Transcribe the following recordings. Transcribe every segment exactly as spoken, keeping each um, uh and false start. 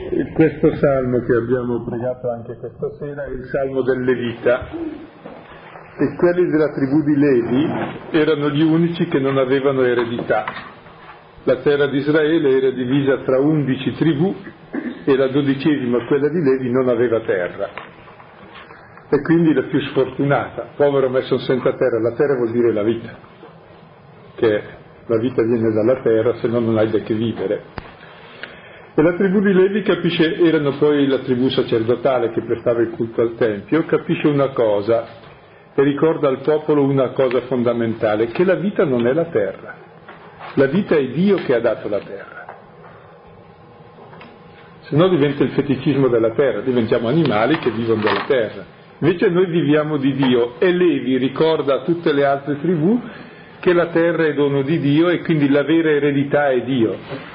Questo salmo che abbiamo pregato anche questa sera è il salmo del Levita, e quelli della tribù di Levi erano gli unici che non avevano eredità. La terra di Israele era divisa tra undici tribù e la dodicesima, quella di Levi, non aveva terra, e quindi la più sfortunata. Povero messo senza terra. La terra vuol dire la vita, che la vita viene dalla terra, se no non hai da che vivere. E la tribù di Levi capisce, erano poi la tribù sacerdotale che prestava il culto al Tempio, capisce una cosa e ricorda al popolo una cosa fondamentale, che la vita non è la terra, la vita è Dio che ha dato la terra. Se no diventa il feticismo della terra, diventiamo animali che vivono della terra. Invece noi viviamo di Dio, e Levi ricorda a tutte le altre tribù che la terra è dono di Dio e quindi la vera eredità è Dio.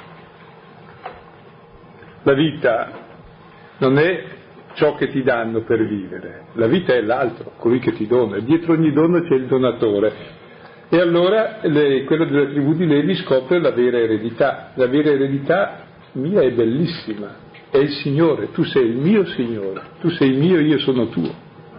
La vita non è ciò che ti danno per vivere, la vita è l'altro, colui che ti dona, e dietro ogni dono c'è il donatore. E allora le, quello della tribù di Levi scopre la vera eredità. La vera eredità mia è bellissima, è il Signore, tu sei il mio Signore, tu sei mio, io sono tuo.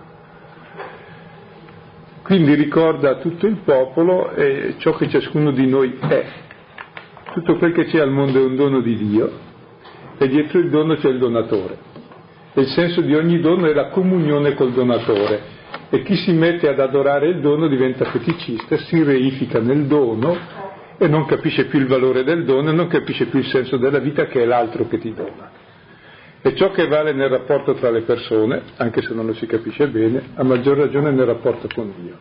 Quindi ricorda a tutto il popolo eh, ciò che ciascuno di noi è. Tutto quel che c'è al mondo è un dono di Dio, e dietro il dono c'è il donatore. E il senso di ogni dono è la comunione col donatore, e chi si mette ad adorare il dono diventa feticista, si reifica nel dono e non capisce più il valore del dono e non capisce più il senso della vita, che è l'altro che ti dona. E ciò che vale nel rapporto tra le persone, anche se non lo si capisce bene, a maggior ragione nel rapporto con Dio.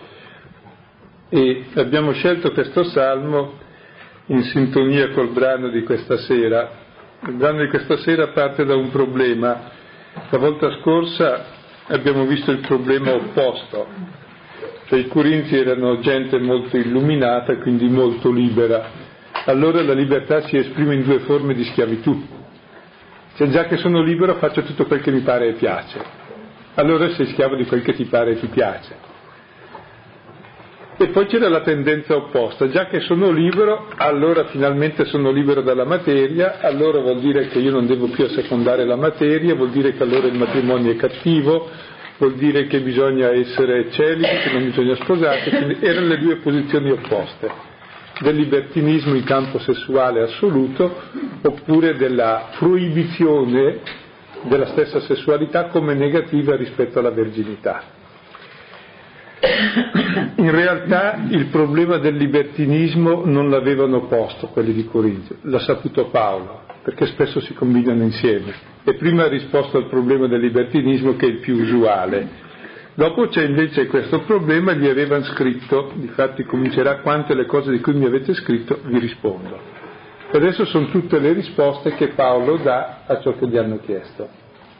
E abbiamo scelto questo salmo in sintonia col brano di questa sera. Il brano di questa sera parte da un problema. La volta scorsa abbiamo visto il problema opposto, cioè i Corinzi erano gente molto illuminata, quindi molto libera. Allora la libertà si esprime in due forme di schiavitù. Cioè, già che sono libero faccio tutto quel che mi pare e piace, allora sei schiavo di quel che ti pare e ti piace. E poi c'era la tendenza opposta: già che sono libero, allora finalmente sono libero dalla materia, allora vuol dire che io non devo più assecondare la materia, vuol dire che allora il matrimonio è cattivo, vuol dire che bisogna essere celibi, che non bisogna sposarsi. Quindi erano le due posizioni opposte, del libertinismo in campo sessuale assoluto, oppure della proibizione della stessa sessualità come negativa rispetto alla verginità. In realtà il problema del libertinismo non l'avevano posto quelli di Corinto, l'ha saputo Paolo, perché spesso si combinano insieme, e prima ha risposto al problema del libertinismo, che è il più usuale. Dopo c'è invece questo problema, gli avevano scritto, difatti comincerà: quante le cose di cui mi avete scritto vi rispondo. E adesso sono tutte le risposte che Paolo dà a ciò che gli hanno chiesto.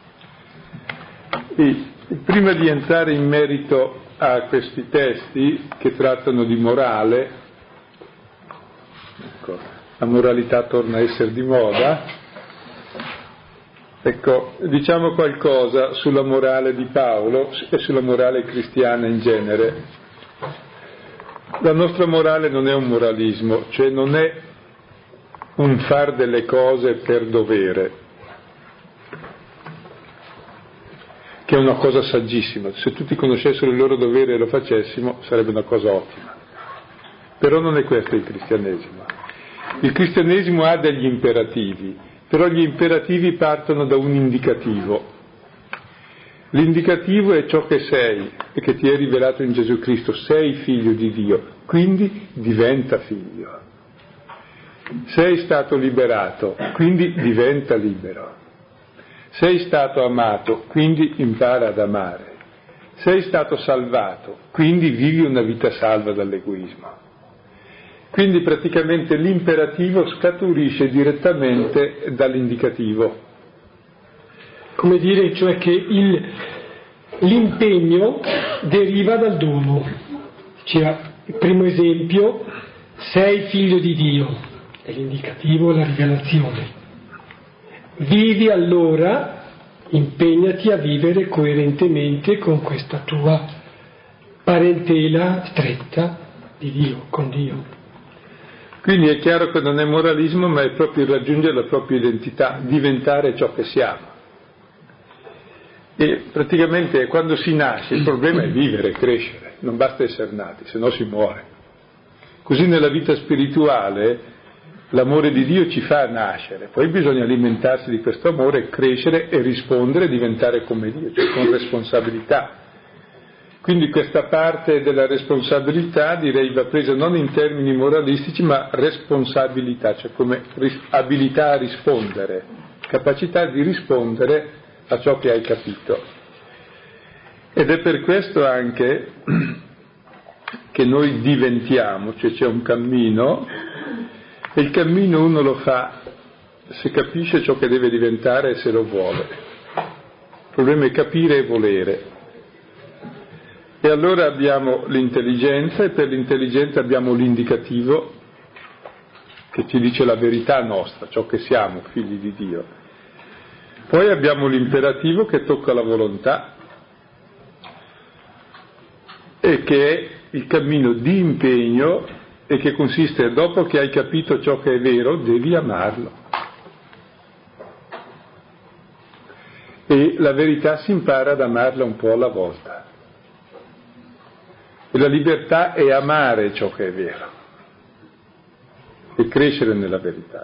E prima di entrare in merito a questi testi che trattano di morale, ecco, la moralità torna a essere di moda, ecco, diciamo qualcosa sulla morale di Paolo e sulla morale cristiana in genere. La nostra morale non è un moralismo, cioè non è un far delle cose per dovere, che è una cosa saggissima. Se tutti conoscessero il loro dovere e lo facessimo sarebbe una cosa ottima. Però non è questo il cristianesimo. Il cristianesimo ha degli imperativi, però gli imperativi partono da un indicativo. L'indicativo è ciò che sei e che ti è rivelato in Gesù Cristo: sei figlio di Dio, quindi diventa figlio. Sei stato liberato, quindi diventa libero. Sei stato amato, quindi impara ad amare. Sei stato salvato, quindi vivi una vita salva dall'egoismo. Quindi praticamente l'imperativo scaturisce direttamente dall'indicativo. Come dire, cioè che il, l'impegno deriva dal dono. Cioè, il primo esempio: sei figlio di Dio, è l'indicativo, la rivelazione. Vivi allora, impegnati a vivere coerentemente con questa tua parentela stretta di Dio, con Dio. Quindi è chiaro che non è moralismo, ma è proprio raggiungere la propria identità, diventare ciò che siamo. E praticamente quando si nasce il problema è vivere, crescere, non basta essere nati, se no si muore. Così nella vita spirituale l'amore di Dio ci fa nascere, poi bisogna alimentarsi di questo amore, crescere e rispondere e diventare come Dio, cioè con responsabilità. Quindi questa parte della responsabilità direi va presa non in termini moralistici ma responsabilità, cioè come ris- abilità a rispondere, capacità di rispondere a ciò che hai capito. Ed è per questo anche che noi diventiamo, cioè c'è un cammino, e il cammino uno lo fa se capisce ciò che deve diventare e se lo vuole. Il problema è capire e volere. E allora abbiamo l'intelligenza, e per l'intelligenza abbiamo l'indicativo che ci dice la verità nostra, ciò che siamo, figli di Dio. Poi abbiamo l'imperativo che tocca la volontà e che è il cammino di impegno e che consiste, dopo che hai capito ciò che è vero, devi amarlo. E la verità si impara ad amarla un po' alla volta. E la libertà è amare ciò che è vero e crescere nella verità.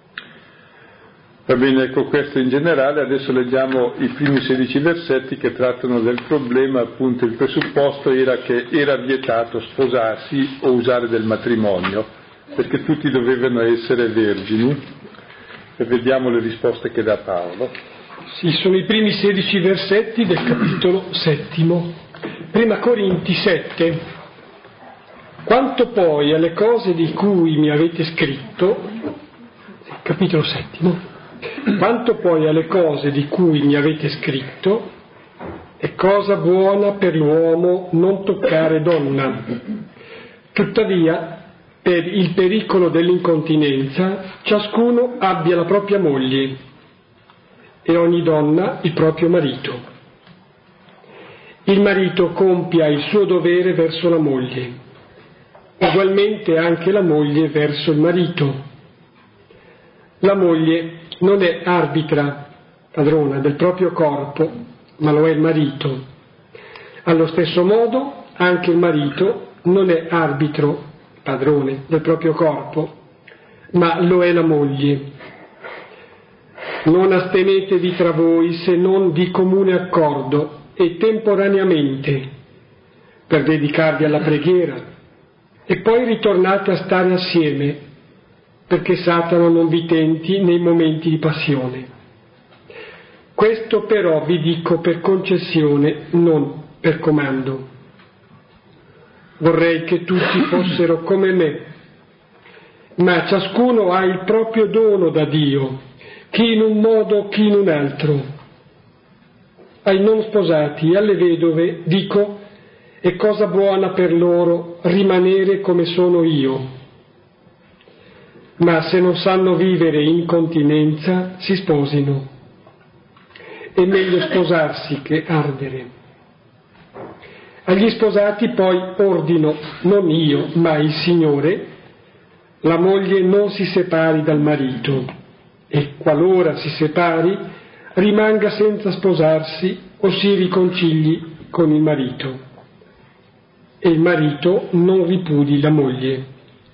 Va bene, ecco questo in generale. Adesso leggiamo i primi sedici versetti che trattano del problema. Appunto il presupposto era che era vietato sposarsi o usare del matrimonio, perché tutti dovevano essere vergini. E vediamo le risposte che dà Paolo. Sì, sono i primi sedici versetti del capitolo settimo. Prima Corinti sette. Quanto poi alle cose di cui mi avete scritto, capitolo settimo, quanto poi alle cose di cui mi avete scritto, è cosa buona per l'uomo non toccare donna. Tuttavia, per il pericolo dell'incontinenza, ciascuno abbia la propria moglie e ogni donna il proprio marito. Il marito compia il suo dovere verso la moglie, ugualmente anche la moglie verso il marito. La moglie non è arbitra, padrona del proprio corpo, ma lo è il marito. Allo stesso modo anche il marito non è arbitro, padrone del proprio corpo, ma lo è la moglie. Non astenetevi tra voi se non di comune accordo e temporaneamente, per dedicarvi alla preghiera, e poi ritornate a stare assieme, perché Satana non vi tenti nei momenti di passione. Questo però vi dico per concessione, non per comando. Vorrei che tutti fossero come me, ma ciascuno ha il proprio dono da Dio, chi in un modo, chi in un altro. Ai non sposati e alle vedove dico, è cosa buona per loro rimanere come sono io. Ma se non sanno vivere in continenza, si sposino. È meglio sposarsi che ardere. Agli sposati poi ordino, non io, ma il Signore, la moglie non si separi dal marito, e qualora si separi, rimanga senza sposarsi o si riconcili con il marito, e il marito non ripudi la moglie.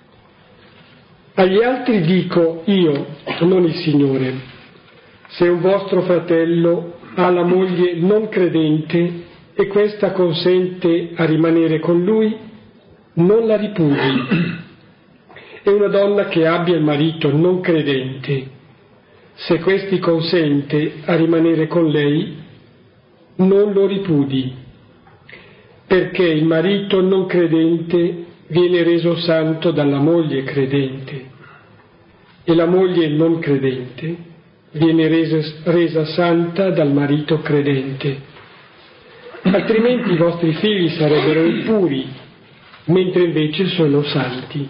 Agli altri dico io, non il Signore, se un vostro fratello ha la moglie non credente e questa consente a rimanere con lui, non la ripudi. E una donna che abbia il marito non credente, se questi consente a rimanere con lei, non lo ripudi, perché il marito non credente viene reso santo dalla moglie credente, e la moglie non credente viene resa, resa santa dal marito credente. Altrimenti i vostri figli sarebbero impuri, mentre invece sono santi.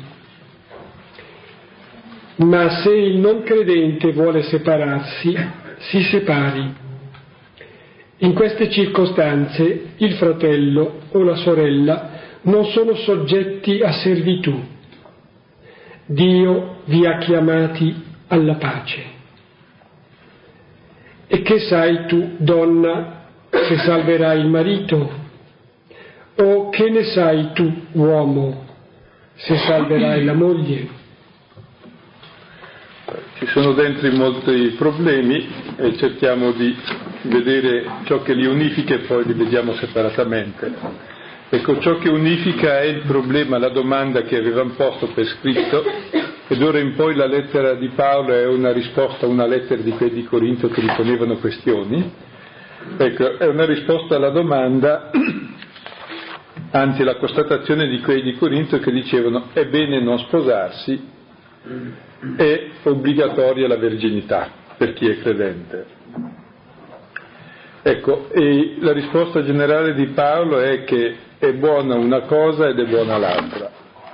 Ma se il non credente vuole separarsi, si separi. In queste circostanze il fratello o la sorella non sono soggetti a servitù. Dio vi ha chiamati alla pace. E che sai tu, donna, se salverai il marito? O che ne sai tu, uomo, se salverai la moglie? Ci sono dentro molti problemi e cerchiamo di vedere ciò che li unifica e poi li vediamo separatamente. Ecco, ciò che unifica è il problema, la domanda che avevamo posto per scritto, ed ora in poi la lettera di Paolo è una risposta a una lettera di quelli di Corinto che gli ponevano questioni. Ecco, è una risposta alla domanda, anzi la constatazione di quelli di Corinto che dicevano è bene non sposarsi, è obbligatoria la verginità per chi è credente. Ecco, e la risposta generale di Paolo è che è buona una cosa ed è buona l'altra.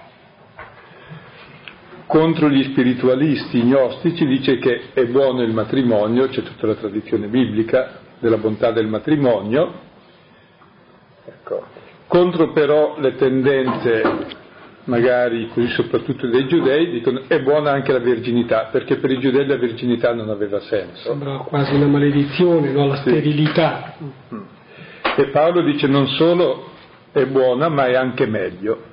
Contro gli spiritualisti gnostici dice che è buono il matrimonio, c'è tutta la tradizione biblica della bontà del matrimonio. Ecco. Contro però le tendenze magari così soprattutto dei giudei dicono è buona anche la verginità, perché per i giudei la verginità non aveva senso. Sembra quasi una maledizione, no? La sì. sterilità. E Paolo dice non solo è buona ma è anche meglio.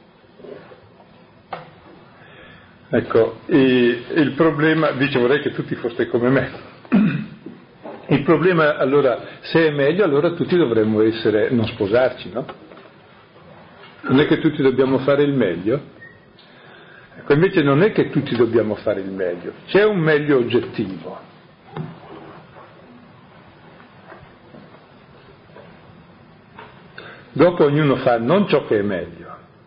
Ecco, e il problema, dice vorrei che tutti foste come me. Il problema allora, se è meglio, allora tutti dovremmo essere, non sposarci, no? Non è che tutti dobbiamo fare il meglio? Ecco, invece non è che tutti dobbiamo fare il meglio, c'è un meglio oggettivo. Dopo ognuno fa non ciò che è meglio,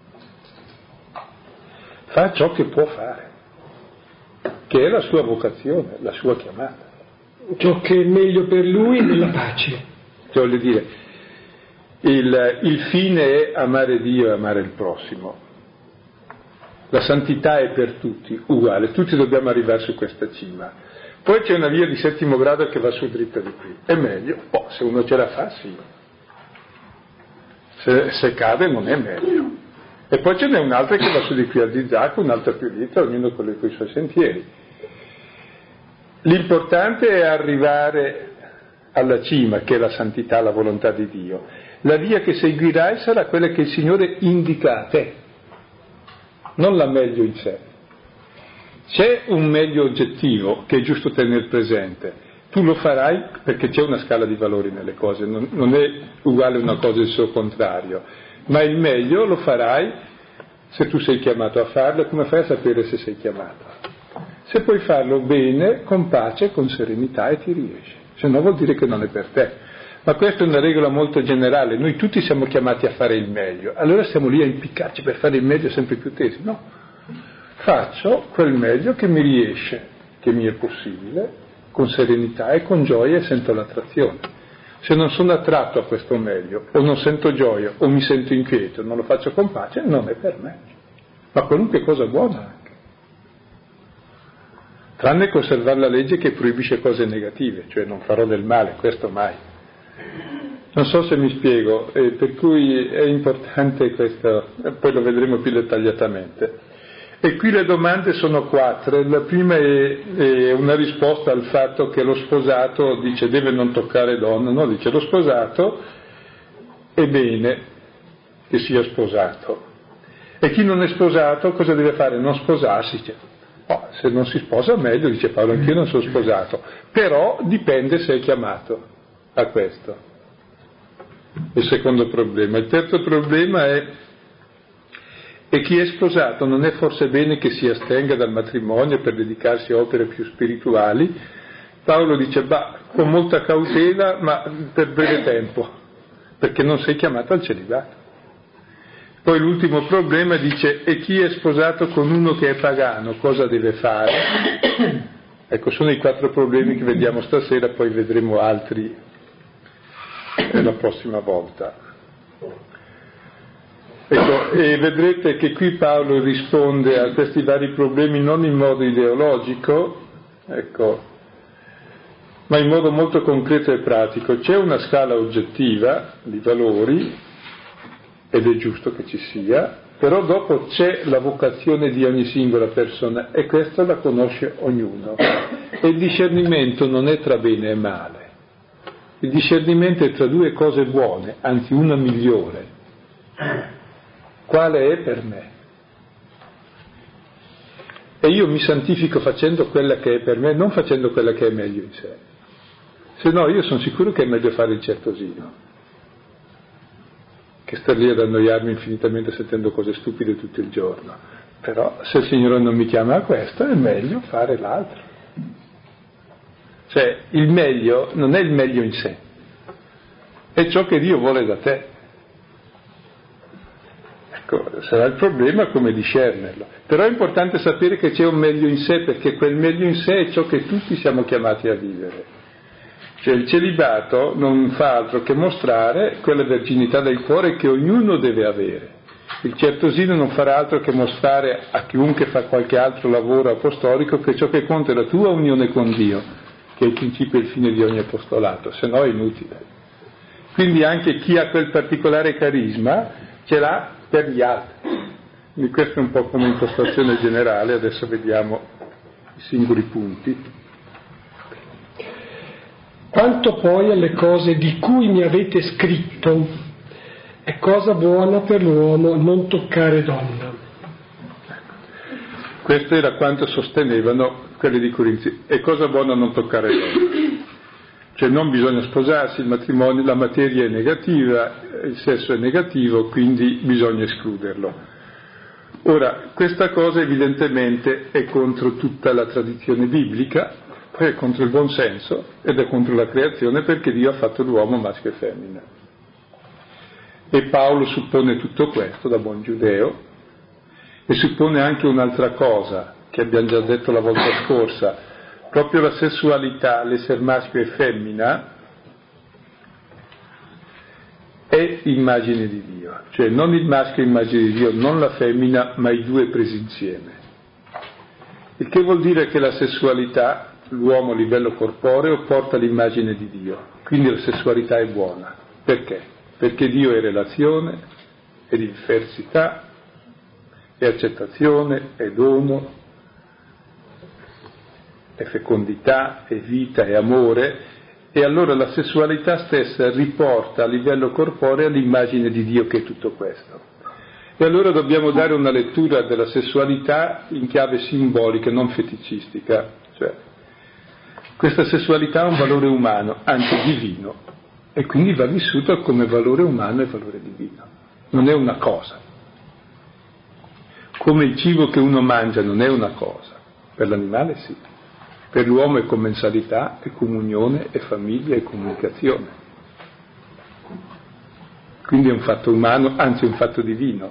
fa ciò che può fare, che è la sua vocazione, la sua chiamata. Ciò che è meglio per lui nella pace. Cioè, voglio dire, il, il fine è amare Dio e amare il prossimo. La santità è per tutti, uguale, tutti dobbiamo arrivare su questa cima. Poi c'è una via di settimo grado che va su dritta di qui. È meglio? Oh, se uno ce la fa, sì. Se, se cade non è meglio. E poi ce n'è un'altra che va su di qui al di Zacco, un'altra più dritta, ognuno con i suoi sentieri. L'importante è arrivare alla cima, che è la santità, la volontà di Dio. La via che seguirai sarà quella che il Signore indica a te, non la meglio in sé. C'è un meglio oggettivo che è giusto tenere presente. Tu lo farai perché c'è una scala di valori nelle cose, non, non è uguale una cosa e il suo contrario, ma il meglio lo farai se tu sei chiamato a farlo. Come fai a sapere se sei chiamato? Se puoi farlo bene, con pace, con serenità e ti riesci, se no vuol dire che non è per te. Ma questa è una regola molto generale, noi tutti siamo chiamati a fare il meglio, allora stiamo lì a impiccarci per fare il meglio sempre più tesi. No, faccio quel meglio che mi riesce, che mi è possibile, con serenità e con gioia, e sento l'attrazione. Se non sono attratto a questo meglio, o non sento gioia, o mi sento inquieto, non lo faccio con pace, non è per me. Ma qualunque cosa buona anche. Tranne conservare la legge che proibisce cose negative, cioè non farò del male, questo mai. Non so se mi spiego, eh, per cui è importante questo, poi lo vedremo più dettagliatamente. E qui le domande sono quattro. La prima è, è una risposta al fatto che lo sposato dice deve non toccare donna, no? Dice lo sposato è bene che sia sposato. E chi non è sposato cosa deve fare? Non sposarsi. Dice, oh, se non si sposa meglio, dice Paolo, anch'io non sono sposato, però dipende se è chiamato a questo. Il secondo problema. Il terzo problema è e chi è sposato non è forse bene che si astenga dal matrimonio per dedicarsi a opere più spirituali? Paolo dice, bah, con molta cautela, ma per breve tempo, perché non sei chiamato al celibato. Poi l'ultimo problema dice, e chi è sposato con uno che è pagano, cosa deve fare? Ecco, sono i quattro problemi che vediamo stasera, poi vedremo altri la prossima volta. Ecco, e vedrete che qui Paolo risponde a questi vari problemi non in modo ideologico, ecco, ma in modo molto concreto e pratico. C'è una scala oggettiva di valori, ed è giusto che ci sia, Però dopo c'è la vocazione di ogni singola persona e questa la conosce ognuno. E il discernimento non è tra bene e male. Il discernimento è tra due cose buone, anzi una migliore. Quale è per me? E io mi santifico facendo quella che è per me, non facendo quella che è meglio in sé. Se no io sono sicuro che è meglio fare il certosino, che star lì ad annoiarmi infinitamente sentendo cose stupide tutto il giorno. Però se il Signore non mi chiama a questo è meglio fare l'altro. Cioè il meglio non è il meglio in sé, è ciò che Dio vuole da te. Ecco, sarà il problema come discernerlo. Però è importante sapere che c'è un meglio in sé, perché quel meglio in sé è ciò che tutti siamo chiamati a vivere. Cioè il celibato non fa altro che mostrare quella verginità del cuore che ognuno deve avere. Il certosino non farà altro che mostrare a chiunque fa qualche altro lavoro apostolico che ciò che conta è la tua unione con Dio, che è il principio e il fine di ogni apostolato, se no è inutile. Quindi anche chi ha quel particolare carisma ce l'ha per gli altri. Quindi questo è un po' come impostazione generale, adesso vediamo i singoli punti. Quanto poi alle cose di cui mi avete scritto, è cosa buona per l'uomo non toccare donna. Questo era quanto sostenevano quelli di Corinzi. È cosa buona non toccare donna. Cioè non bisogna sposarsi, il matrimonio, la materia è negativa, il sesso è negativo, quindi bisogna escluderlo. Ora, questa cosa evidentemente è contro tutta la tradizione biblica, poi è contro il buon senso ed è contro la creazione, perché Dio ha fatto l'uomo maschio e femmina. E Paolo suppone tutto questo da buon giudeo e suppone anche un'altra cosa che abbiamo già detto la volta scorsa. Proprio la sessualità, l'essere maschio e femmina, è immagine di Dio. Cioè non il maschio è immagine di Dio, non la femmina, ma i due presi insieme. Il che vuol dire che la sessualità, l'uomo a livello corporeo, porta l'immagine di Dio. Quindi la sessualità è buona. Perché? Perché Dio è relazione, è diversità, è accettazione, è dono, è fecondità, è vita, è amore, e allora la sessualità stessa riporta a livello corporeo l'immagine di Dio che è tutto questo. E allora dobbiamo dare una lettura della sessualità in chiave simbolica, non feticistica. Cioè, questa sessualità ha un valore umano, anzi divino, e quindi va vissuta come valore umano e valore divino. Non è una cosa. Come il cibo che uno mangia non è una cosa, per l'animale sì. Per l'uomo è commensalità, è comunione, è famiglia, è comunicazione. Quindi è un fatto umano, anzi un fatto divino.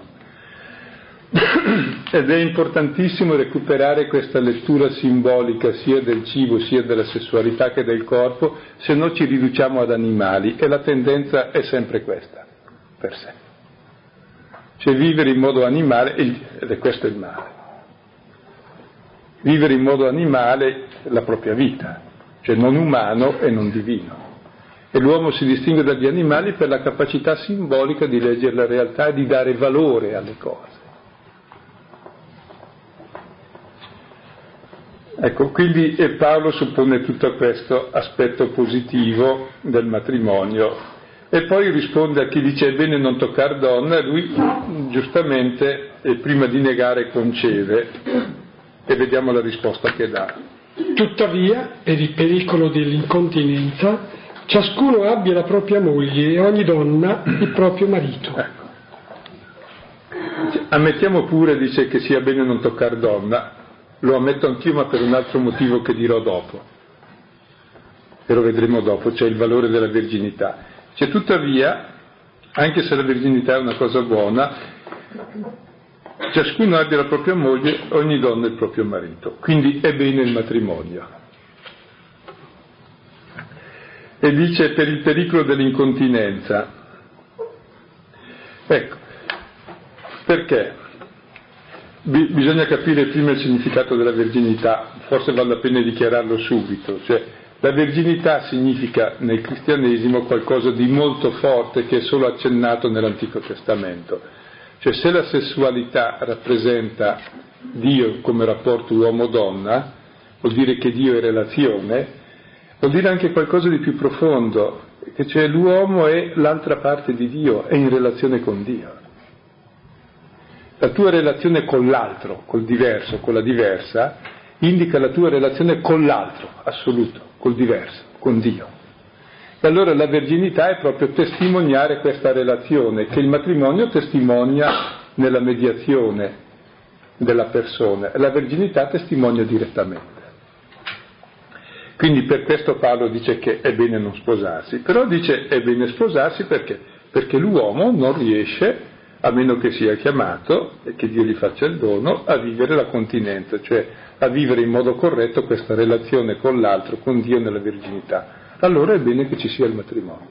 Ed è importantissimo recuperare questa lettura simbolica sia del cibo, sia della sessualità che del corpo, se no ci riduciamo ad animali, e la tendenza è sempre questa, per sé. Cioè vivere in modo animale, ed è questo il male. Vivere in modo animale la propria vita, cioè non umano e non divino. E l'uomo si distingue dagli animali per la capacità simbolica di leggere la realtà e di dare valore alle cose. Ecco, quindi e Paolo suppone tutto questo aspetto positivo del matrimonio e poi risponde a chi dice è bene non toccare donna, e lui giustamente eh, prima di negare concede. E vediamo la risposta che dà. Tuttavia, per il pericolo dell'incontinenza, ciascuno abbia la propria moglie e ogni donna il proprio marito. Ecco. Ammettiamo pure, dice, che sia bene non toccare donna, lo ammetto anch'io, ma per un altro motivo che dirò dopo. E lo vedremo dopo, cioè il valore della verginità. Cioè, tuttavia, anche se la verginità è una cosa buona, ciascuno abbia la propria moglie, ogni donna il proprio marito. Quindi è bene il matrimonio. E dice per il pericolo dell'incontinenza. Ecco, perché? B- bisogna capire prima il significato della verginità, forse vale la pena dichiararlo subito. Cioè, la verginità significa nel cristianesimo qualcosa di molto forte che è solo accennato nell'Antico Testamento. Cioè, se la sessualità rappresenta Dio come rapporto uomo-donna, vuol dire che Dio è relazione, vuol dire anche qualcosa di più profondo, che cioè l'uomo è l'altra parte di Dio, è in relazione con Dio. La tua relazione con l'altro, col diverso, con la diversa, indica la tua relazione con l'altro, assoluto, col diverso, con Dio. E allora la verginità è proprio testimoniare questa relazione, che il matrimonio testimonia nella mediazione della persona, e la verginità testimonia direttamente. Quindi per questo Paolo dice che è bene non sposarsi, però dice è bene sposarsi perché? Perché l'uomo non riesce, a meno che sia chiamato, e che Dio gli faccia il dono, a vivere la continenza, cioè a vivere in modo corretto questa relazione con l'altro, con Dio nella verginità. Allora è bene che ci sia il matrimonio.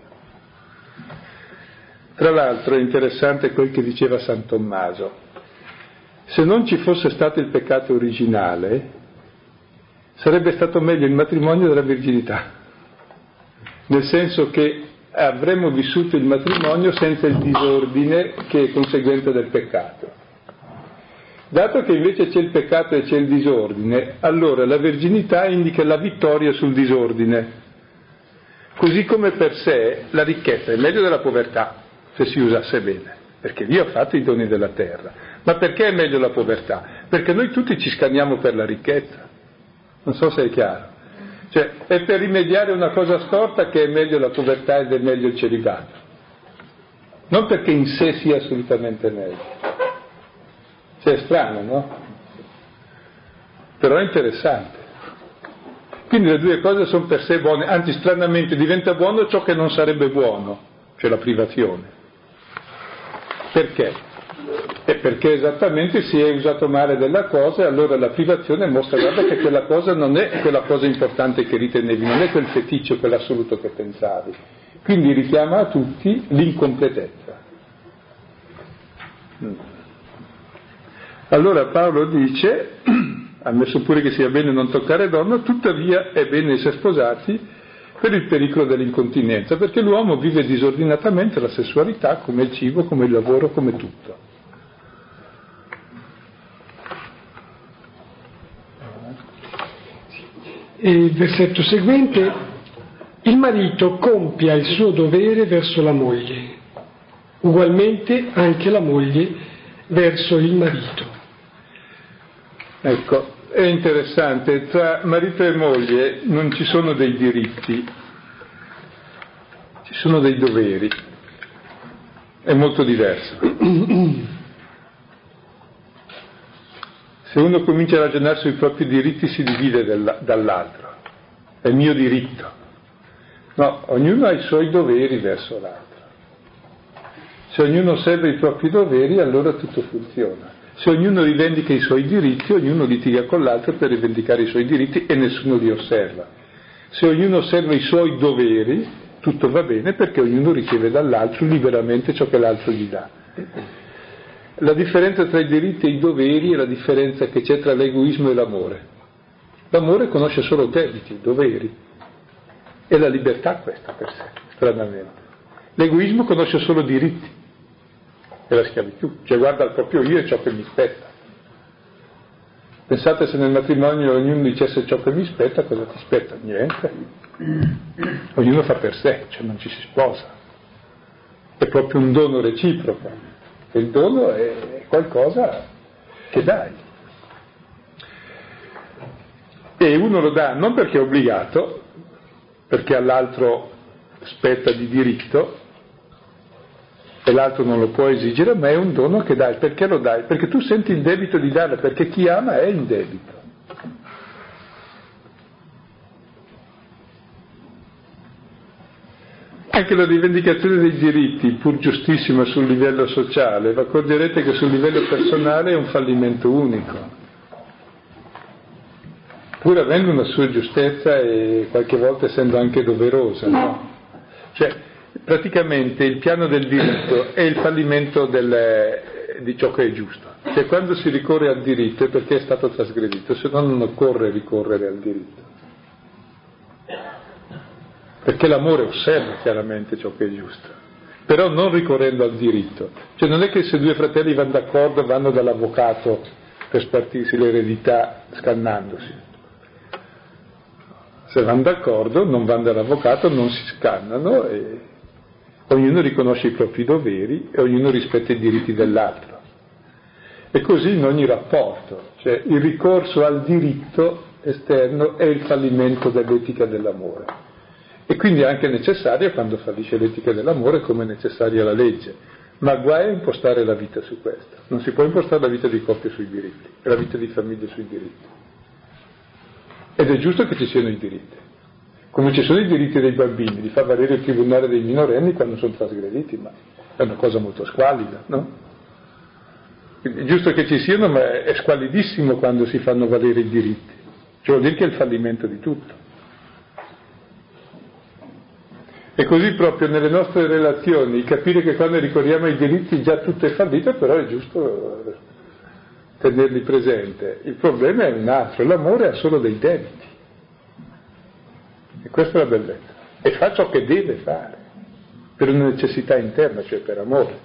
Tra l'altro è interessante quel che diceva San Tommaso. Se non ci fosse stato il peccato originale, sarebbe stato meglio il matrimonio della verginità, nel senso che avremmo vissuto il matrimonio senza il disordine che è conseguenza del peccato. Dato che invece c'è il peccato e c'è il disordine, allora la verginità indica la vittoria sul disordine. Così come per sé la ricchezza è meglio della povertà, se si usasse bene, perché Dio ha fatto i doni della terra. Ma perché è meglio la povertà? Perché noi tutti ci scanniamo per la ricchezza. Non so se è chiaro. Cioè, è per rimediare una cosa storta che è meglio la povertà ed è meglio il celibato. Non perché in sé sia assolutamente meglio. Cioè, è strano, no? Però è interessante. Quindi le due cose sono per sé buone, anzi stranamente diventa buono ciò che non sarebbe buono, cioè la privazione. Perché? È perché esattamente si è usato male della cosa e allora la privazione mostra, guarda, che quella cosa non è quella cosa importante che ritenevi, non è quel feticcio, quell'assoluto che pensavi. Quindi richiama a tutti l'incompletezza. Allora Paolo dice, ammesso pure che sia bene non toccare donna, tuttavia è bene essere sposati per il pericolo dell'incontinenza, perché l'uomo vive disordinatamente la sessualità come il cibo, come il lavoro, come tutto. E il versetto seguente: il marito compia il suo dovere verso la moglie, ugualmente anche la moglie verso il marito. Ecco, è interessante, tra marito e moglie non ci sono dei diritti, ci sono dei doveri, è molto diverso. Se uno comincia a ragionare sui propri diritti si divide dall'altro, è il mio diritto. No, ognuno ha i suoi doveri verso l'altro. Se ognuno osserva i propri doveri, allora tutto funziona. Se ognuno rivendica i suoi diritti, ognuno litiga con l'altro per rivendicare i suoi diritti e nessuno li osserva. Se ognuno osserva i suoi doveri, tutto va bene perché ognuno riceve dall'altro liberamente ciò che l'altro gli dà. La differenza tra i diritti e i doveri è la differenza che c'è tra l'egoismo e l'amore. L'amore conosce solo debiti, doveri. È la libertà questa per sé, stranamente. L'egoismo conosce solo diritti. È la schiavitù, cioè guarda al proprio io e ciò che mi spetta. Pensate se nel matrimonio ognuno dicesse ciò che mi spetta, cosa ti spetta? Niente. Ognuno fa per sé, cioè non ci si sposa. È proprio un dono reciproco. E il dono è qualcosa che dai. E uno lo dà non perché è obbligato, perché all'altro spetta di diritto, e l'altro non lo può esigere, ma è un dono che dai. Perché lo dai? Perché tu senti il debito di darlo, perché chi ama è in debito. Anche la rivendicazione dei diritti, pur giustissima sul livello sociale, vi accorgerete che sul livello personale è un fallimento unico, pur avendo una sua giustezza e qualche volta essendo anche doverosa, no? Cioè, praticamente il piano del diritto è il fallimento del, di ciò che è giusto. Cioè, quando si ricorre al diritto è perché è stato trasgredito, se no non occorre ricorrere al diritto. Perché l'amore osserva chiaramente ciò che è giusto. però non ricorrendo al diritto. Cioè non è che se due fratelli vanno d'accordo vanno dall'avvocato per spartirsi l'eredità scannandosi. Se vanno d'accordo non vanno dall'avvocato, non si scannano e ognuno riconosce i propri doveri e ognuno rispetta i diritti dell'altro. E così in ogni rapporto, cioè il ricorso al diritto esterno è il fallimento dell'etica dell'amore. E quindi è anche necessaria quando fallisce l'etica dell'amore come è necessaria la legge. Ma guai a impostare la vita su questo. Non si può impostare la vita di coppia sui diritti e la vita di famiglia sui diritti. Ed è giusto che ci siano i diritti. Come ci sono i diritti dei bambini, di far valere il tribunale dei minorenni quando sono trasgrediti, ma è una cosa molto squallida, no? Quindi è giusto che ci siano, ma è squallidissimo quando si fanno valere i diritti. Cioè vuol dire che è il fallimento di tutto. E così proprio nelle nostre relazioni, capire che quando ricorriamo ai diritti già tutto è fallito, però è giusto tenerli presente. Il problema è un altro, l'amore ha solo dei debiti. E questa è la bellezza. E fa ciò che deve fare, per una necessità interna, cioè per amore.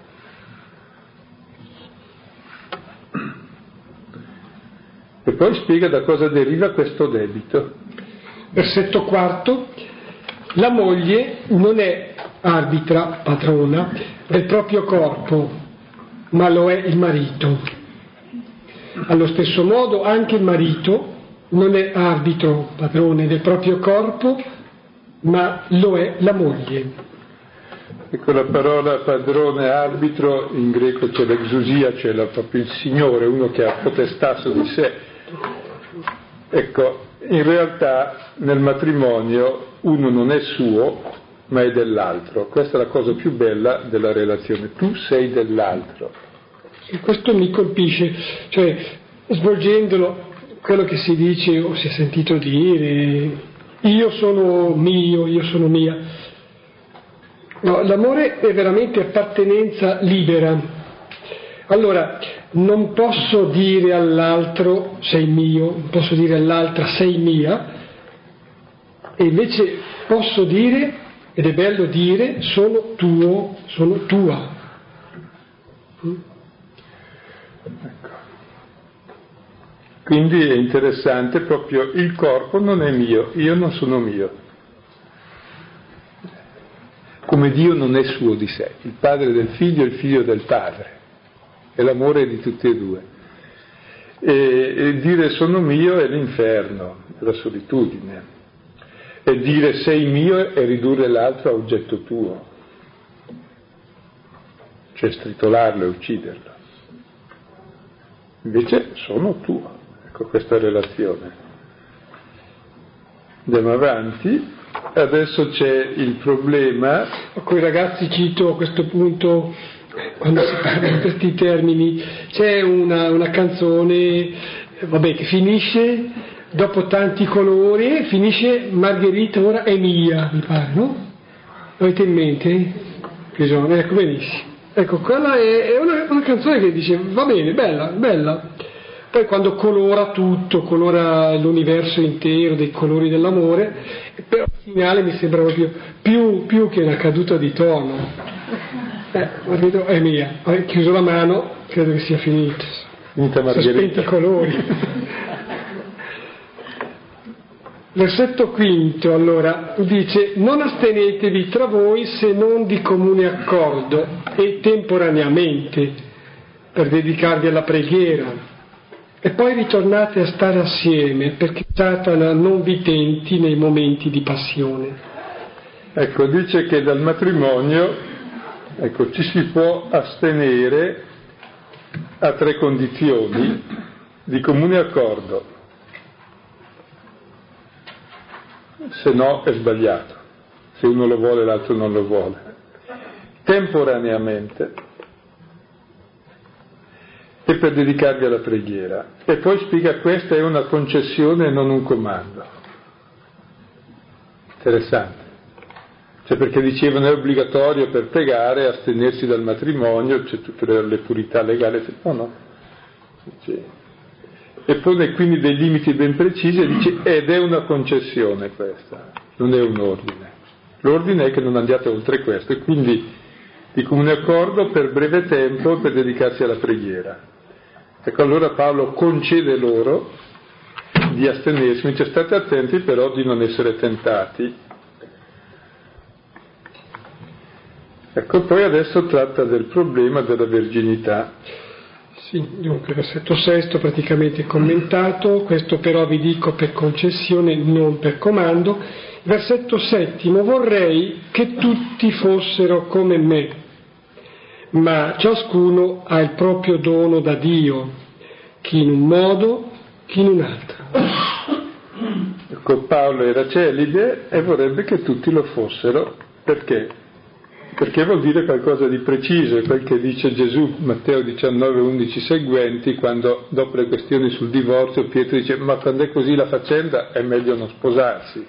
E poi spiega da cosa deriva questo debito. Versetto quarto. La moglie non è arbitra, padrona, del proprio corpo, ma lo è il marito. Allo stesso modo anche il marito non è arbitro, padrone del proprio corpo, ma lo è la moglie. Ecco, la parola padrone, arbitro, in greco c'è l'exousia, cioè la, proprio il signore, uno che ha potestà su di sé. Ecco, in realtà nel matrimonio uno non è suo, ma è dell'altro. Questa è la cosa più bella della relazione. Tu sei dell'altro. E questo mi colpisce, cioè svolgendolo, quello che si dice o si è sentito dire, io sono mio, io sono mia. No, l'amore è veramente appartenenza libera. Allora, non posso dire all'altro sei mio, non posso dire all'altra sei mia, e invece posso dire, ed è bello dire, sono tuo, sono tua. Ecco. Quindi è interessante proprio il corpo non è mio, io non sono mio. Come Dio non è suo di sé, il padre del figlio e il figlio del padre. E l'amore è di tutti e due. E, e dire sono mio è l'inferno, è la solitudine. E dire sei mio è ridurre l'altro a oggetto tuo, cioè stritolarlo e ucciderlo. Invece sono tuo, ecco questa relazione. Andiamo avanti, adesso c'è il problema. Con i ragazzi cito a questo punto, quando si parla di questi termini, c'è una, una canzone, vabbè, che finisce, dopo tanti colori, finisce Margherita ora è mia, mi pare, no? Avete in mente? Ecco, benissimo. Ecco, quella è, è una, una canzone che dice, va bene, bella, bella. Poi quando colora tutto, colora l'universo intero dei colori dell'amore, però al finale mi sembra proprio più, più che una caduta di tono. Eh, Margherita è mia, ho chiuso la mano, credo che sia finito. Finita Margherita. Sono spenti i colori. Versetto quinto, allora, dice, non astenetevi tra voi se non di comune accordo e temporaneamente per dedicarvi alla preghiera e poi ritornate a stare assieme perché Satana non vi tenti nei momenti di passione. Ecco, dice che dal matrimonio, ecco, ci si può astenere a tre condizioni di comune accordo. Se no è sbagliato, se uno lo vuole e l'altro non lo vuole. Temporaneamente e per dedicarvi alla preghiera. E poi spiega questa è una concessione e non un comando. Interessante. Cioè perché dicevano è obbligatorio per pregare astenersi dal matrimonio, c'è tutte le purità legali, no no. Dice, e pone quindi dei limiti ben precisi e dice ed è una concessione questa, non è un ordine. L'ordine è che non andiate oltre questo e quindi di comune accordo per breve tempo per dedicarsi alla preghiera. Ecco, allora Paolo concede loro di astenersi, dice state attenti però di non essere tentati. Ecco, poi adesso tratta del problema della verginità. Sì, dunque, versetto sesto praticamente commentato, questo però vi dico per concessione, non per comando. Versetto settimo, vorrei che tutti fossero come me, ma ciascuno ha il proprio dono da Dio, chi in un modo, chi in un altro. Ecco, Paolo era celibe e vorrebbe che tutti lo fossero, perché? Perché vuol dire qualcosa di preciso, è quel che dice Gesù, Matteo diciannove, undici seguenti, quando dopo le questioni sul divorzio Pietro dice ma quando è così la faccenda è meglio non sposarsi.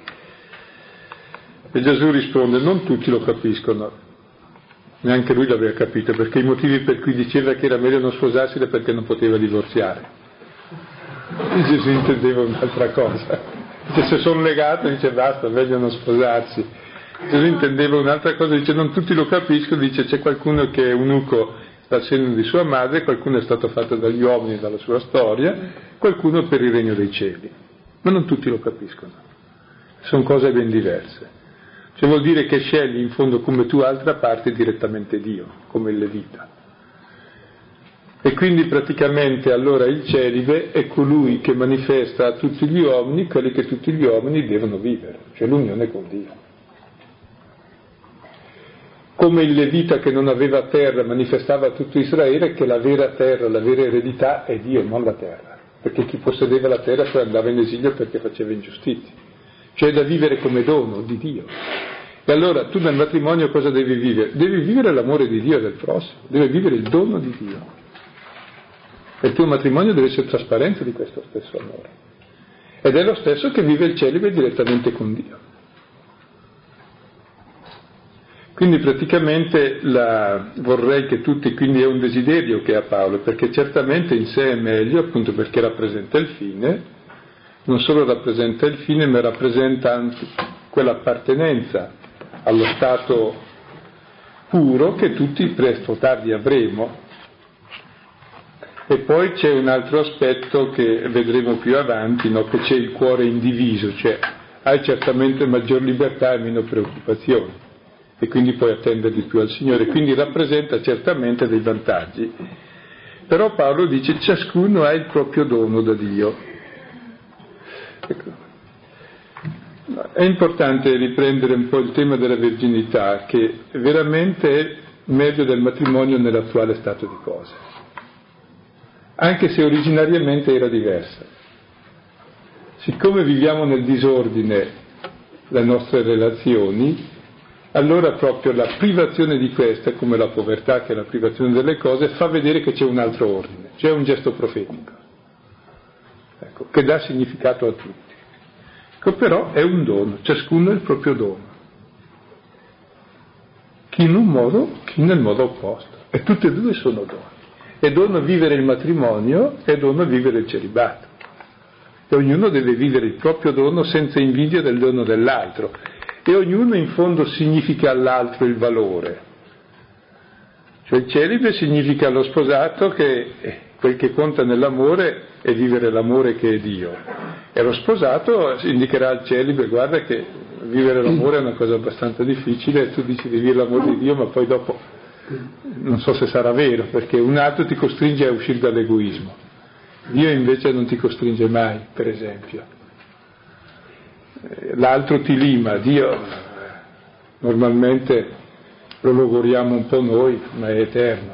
E Gesù risponde non tutti lo capiscono, neanche lui l'aveva capito, perché i motivi per cui diceva che era meglio non sposarsi era perché non poteva divorziare. E Gesù intendeva un'altra cosa, dice se sono legato dice basta, meglio non sposarsi. Gesù intendeva un'altra cosa, dice non tutti lo capiscono, dice c'è qualcuno che è eunuco dal seno di sua madre, qualcuno è stato fatto dagli uomini dalla sua storia, qualcuno per il regno dei cieli, ma non tutti lo capiscono, sono cose ben diverse. Cioè vuol dire che scegli in fondo come tu altra parte direttamente Dio, come il Levita. E quindi praticamente allora il celibe è colui che manifesta a tutti gli uomini quelli che tutti gli uomini devono vivere, cioè l'unione con Dio. Come il Levita che non aveva terra manifestava a tutto Israele che la vera terra, la vera eredità è Dio, non la terra, perché chi possedeva la terra poi andava in esilio perché faceva ingiustizia, cioè da vivere come dono di Dio. E allora tu nel matrimonio cosa devi vivere? Devi vivere l'amore di Dio e del prossimo, devi vivere il dono di Dio. E il tuo matrimonio deve essere trasparente di questo stesso amore. Ed è lo stesso che vive il celibe direttamente con Dio. Quindi praticamente la, vorrei che tutti, quindi è un desiderio che ha Paolo, perché certamente in sé è meglio, appunto perché rappresenta il fine, non solo rappresenta il fine, ma rappresenta anche quell'appartenenza allo stato puro che tutti presto o tardi avremo. E poi c'è un altro aspetto che vedremo più avanti, no? Che c'è il cuore indiviso, cioè hai certamente maggior libertà e meno preoccupazioni. E quindi puoi attendere di più al Signore, quindi rappresenta certamente dei vantaggi. Però Paolo dice ciascuno ha il proprio dono da Dio. Ecco. È importante riprendere un po' il tema della verginità, che veramente è meglio del matrimonio nell'attuale stato di cose, anche se originariamente era diversa. Siccome viviamo nel disordine le nostre relazioni, allora proprio la privazione di queste, come la povertà che è la privazione delle cose, fa vedere che c'è un altro ordine, c'è un gesto profetico, ecco, che dà significato a tutti. Ecco, però è un dono, ciascuno ha il proprio dono, chi in un modo, chi nel modo opposto, e tutti e due sono doni. È dono vivere il matrimonio, è dono vivere il celibato, e ognuno deve vivere il proprio dono senza invidia del dono dell'altro. E ognuno in fondo significa all'altro il valore. Cioè il celibe significa allo sposato che quel che conta nell'amore è vivere l'amore che è Dio. E lo sposato indicherà al celibe, guarda che vivere l'amore è una cosa abbastanza difficile, e tu dici di vivere l'amore di Dio, ma poi dopo non so se sarà vero, perché un altro ti costringe a uscire dall'egoismo. Dio invece non ti costringe mai, per esempio. L'altro ti lima, Dio normalmente lo logoriamo un po' noi, ma è eterno.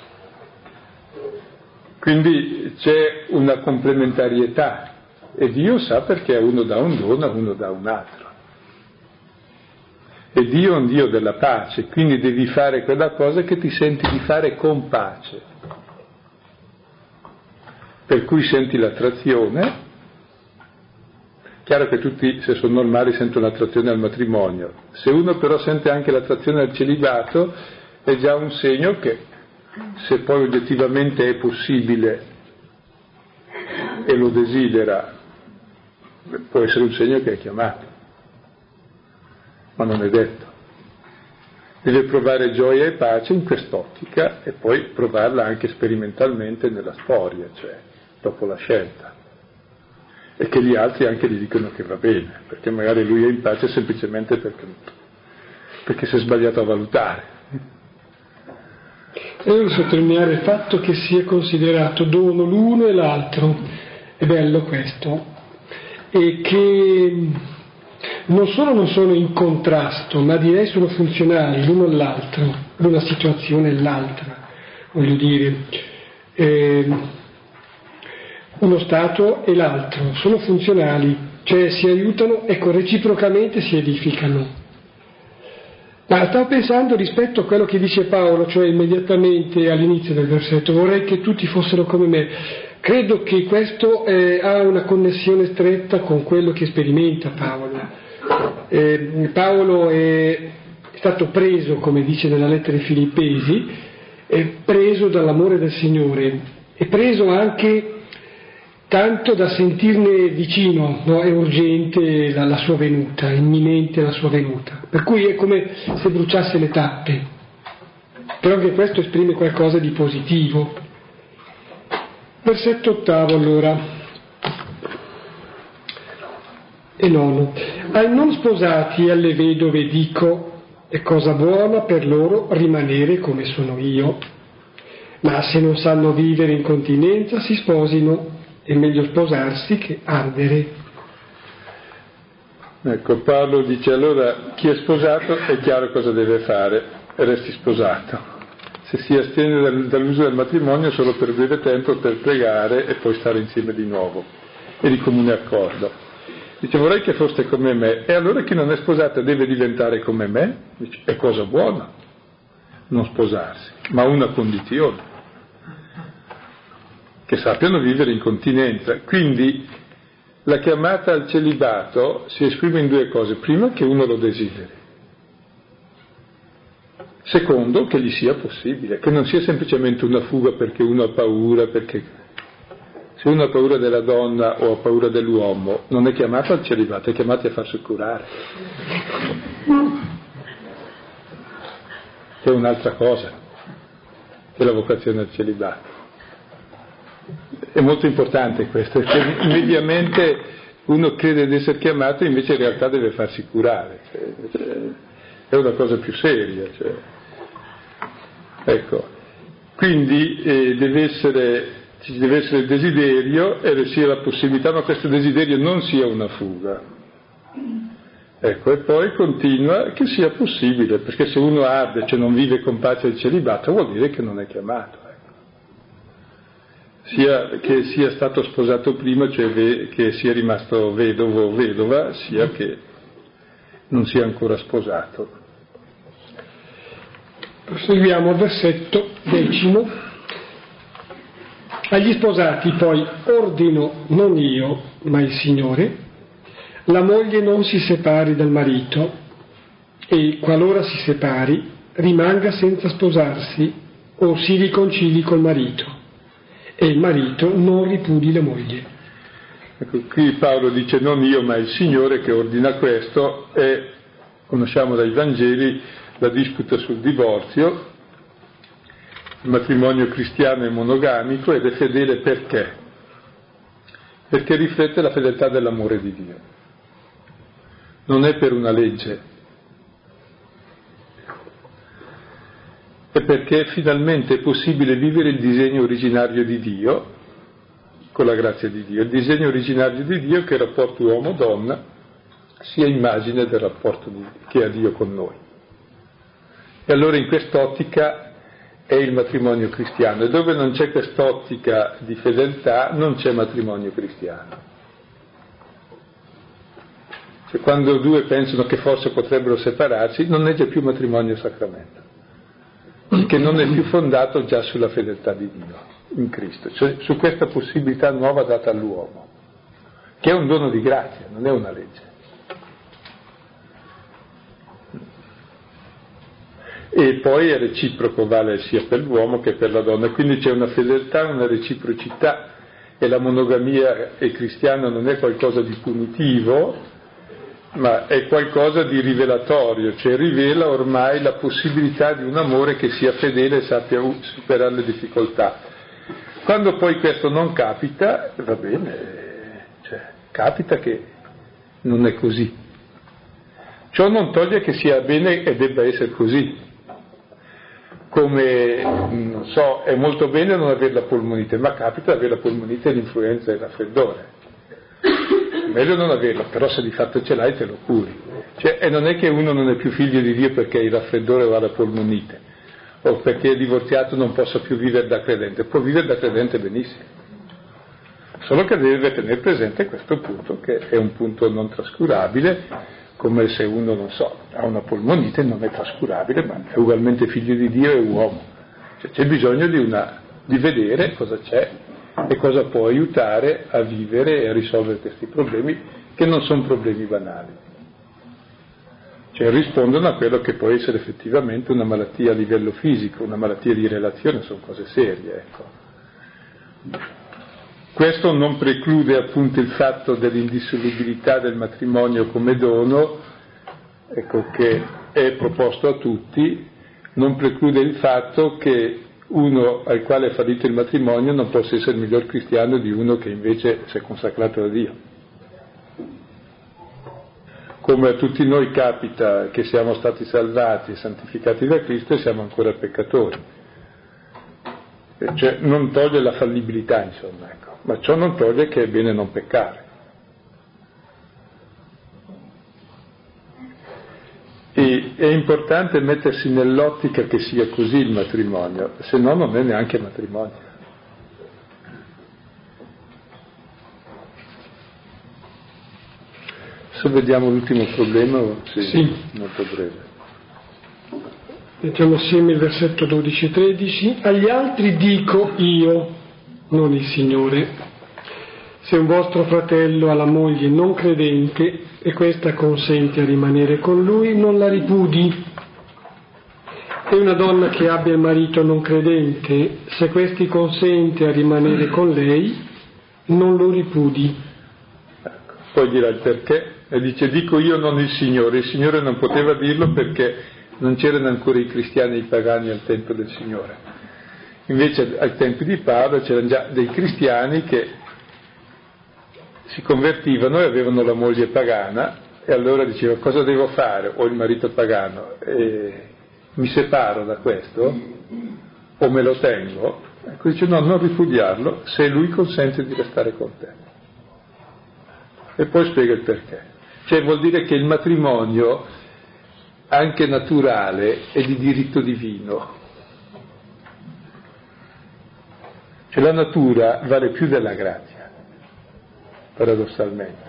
Quindi c'è una complementarietà e Dio sa perché uno dà un dono, uno dà un altro. E Dio è un Dio della pace, quindi devi fare quella cosa che ti senti di fare con pace. Per cui senti l'attrazione. Chiaro che tutti, se sono normali, sentono l'attrazione al matrimonio. Se uno però sente anche l'attrazione al celibato, è già un segno che, se poi oggettivamente è possibile e lo desidera, può essere un segno che è chiamato, ma non è detto. deve provare gioia e pace in quest'ottica e poi provarla anche sperimentalmente nella storia, cioè dopo la scelta. E che gli altri anche gli dicono che va bene, perché magari lui è in pace semplicemente perché, perché si è sbagliato a valutare. E devo sottolineare il fatto che sia considerato dono l'uno e l'altro, è bello questo, e che non solo non sono in contrasto, ma direi sono funzionali l'uno all'altro, l'una situazione e l'altra, voglio dire. Eh, uno Stato e l'altro sono funzionali, cioè si aiutano, ecco, reciprocamente si edificano. Ma stavo pensando rispetto a quello che dice Paolo, cioè immediatamente all'inizio del versetto, vorrei che tutti fossero come me. Credo che questo eh, ha una connessione stretta con quello che sperimenta Paolo. Eh, Paolo è stato preso, come dice nella lettera ai Filippesi, è preso dall'amore del Signore, è preso anche tanto da sentirne vicino, no? È urgente la, la sua venuta, è imminente la sua venuta, per cui è come se bruciasse le tappe, però anche questo esprime qualcosa di positivo. Versetto ottavo allora, e nono, ai non sposati e alle vedove dico, è cosa buona per loro rimanere come sono io, ma se non sanno vivere in continenza si sposino, è meglio sposarsi che ardere. Ecco, Paolo dice allora chi è sposato è chiaro cosa deve fare, resti sposato. Se si astiene dal, dall'uso del matrimonio solo per breve tempo, per pregare e poi stare insieme di nuovo e di comune accordo. Dice vorrei che foste come me, e allora chi non è sposato deve diventare come me? Dice, è cosa buona non sposarsi, ma una condizione, che sappiano vivere in continenza. Quindi la chiamata al celibato si esprime in due cose: prima, che uno lo desideri; secondo, che gli sia possibile, che non sia semplicemente una fuga perché uno ha paura, perché se uno ha paura della donna o ha paura dell'uomo non è chiamato al celibato, è chiamato a farsi curare, che è un'altra cosa che la vocazione al celibato. È molto importante questo, perché mediamente uno crede di essere chiamato e invece in realtà deve farsi curare, cioè, è una cosa più seria. Cioè. Ecco, quindi eh, deve essere, ci deve essere il desiderio e sia la possibilità, ma questo desiderio non sia una fuga. Ecco, e poi continua che sia possibile, perché se uno arde, cioè non vive con pace il celibato, vuol dire che non è chiamato. Sia che sia stato sposato prima, cioè ve, che sia rimasto vedovo o vedova, sia che non sia ancora sposato. Proseguiamo al versetto decimo. Agli sposati poi ordino, non io, ma il Signore, la moglie non si separi dal marito e, qualora si separi, rimanga senza sposarsi o si riconcili col marito, e il marito non ripudi la moglie. Ecco, qui Paolo dice non io ma il Signore che ordina questo, e conosciamo dai Vangeli la disputa sul divorzio. Il matrimonio cristiano è monogamico ed è fedele perché? Perché riflette la fedeltà dell'amore di Dio, non è per una legge, è perché finalmente è possibile vivere il disegno originario di Dio, con la grazia di Dio. Il disegno originario di Dio è che il rapporto uomo-donna sia immagine del rapporto di, che ha Dio con noi. E allora in quest'ottica è il matrimonio cristiano, e dove non c'è quest'ottica di fedeltà non c'è matrimonio cristiano. Cioè, quando due pensano che forse potrebbero separarsi, non è già più matrimonio sacramento, che non è più fondato già sulla fedeltà di Dio in Cristo, cioè su questa possibilità nuova data all'uomo, che è un dono di grazia, non è una legge. E poi è reciproco, vale sia per l'uomo che per la donna, quindi c'è una fedeltà, una reciprocità, e la monogamia cristiana non è qualcosa di punitivo, ma è qualcosa di rivelatorio, cioè rivela ormai la possibilità di un amore che sia fedele e sappia superare le difficoltà. Quando poi questo non capita, va bene, cioè, capita che non è così. Ciò non toglie che sia bene e debba essere così. Come, non so, è molto bene non avere la polmonite, ma capita di avere la polmonite e l'influenza e il raffreddore. Meglio non averla, però se di fatto ce l'hai te lo curi. Cioè, e non è che uno non è più figlio di Dio perché ha il raffreddore o ha la polmonite, o perché è divorziato non possa più vivere da credente, può vivere da credente benissimo. Solo che deve tenere presente questo punto, che è un punto non trascurabile, come se uno, non so, ha una polmonite, non è trascurabile, ma è ugualmente figlio di Dio e uomo. Cioè, c'è bisogno di, una, di vedere cosa c'è e cosa può aiutare a vivere e a risolvere questi problemi, che non sono problemi banali. Cioè rispondono a quello che può essere effettivamente una malattia a livello fisico, una malattia di relazione, sono cose serie, ecco. Questo non preclude appunto il fatto dell'indissolubilità del matrimonio come dono, ecco, che è proposto a tutti, non preclude il fatto che uno al quale è fallito il matrimonio non possa essere il miglior cristiano di uno che invece si è consacrato a Dio. Come a tutti noi capita che siamo stati salvati e santificati da Cristo e siamo ancora peccatori. Cioè, non toglie la fallibilità, insomma, ecco, ma ciò non toglie che è bene non peccare. E è importante mettersi nell'ottica che sia così il matrimonio, se no non è neanche matrimonio. Se vediamo l'ultimo problema, sì, sì. Molto breve. Leggiamo assieme il versetto dodici e tredici. Agli altri dico io, non il Signore, se un vostro fratello ha la moglie non credente e questa consente a rimanere con lui, non la ripudi. E una donna che abbia il marito non credente, se questi consente a rimanere con lei, non lo ripudi. Ecco. Poi dirà il perché, e dice dico io non il Signore. Il Signore non poteva dirlo perché non c'erano ancora i cristiani e i pagani al tempo del Signore. Invece ai tempi di Paolo c'erano già dei cristiani che si convertivano e avevano la moglie pagana, e allora diceva cosa devo fare? Ho il marito pagano, e mi separo da questo o me lo tengo? Ecco, dice no, non ripudiarlo se lui consente di restare con te. E poi spiega il perché. Cioè vuol dire che il matrimonio, anche naturale, è di diritto divino. Cioè la natura vale più della grazia, paradossalmente.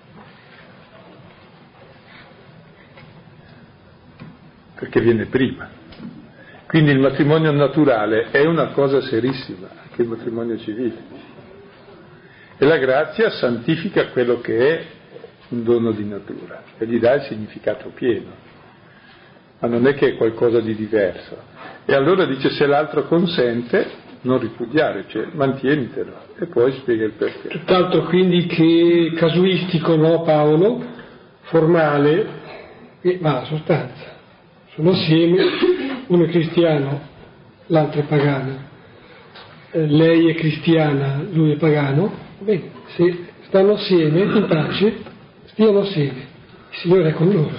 Perché viene prima. Quindi il matrimonio naturale è una cosa serissima, anche il matrimonio civile. E la grazia santifica quello che è un dono di natura e gli dà il significato pieno. Ma non è che è qualcosa di diverso. E allora dice se l'altro consente, non ripudiare, cioè mantienitelo, e poi spiega il perché. Tutt'altro quindi che casuistico, no Paolo, formale, e va alla sostanza. Sono assieme, uno è cristiano, l'altro è pagano, eh, lei è cristiana, lui è pagano, bene, se stanno assieme in pace, stiano assieme, il Signore è con loro.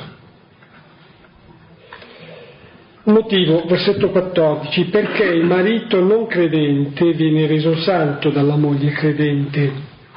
Motivo, versetto quattordici, perché il marito non credente viene reso santo dalla moglie credente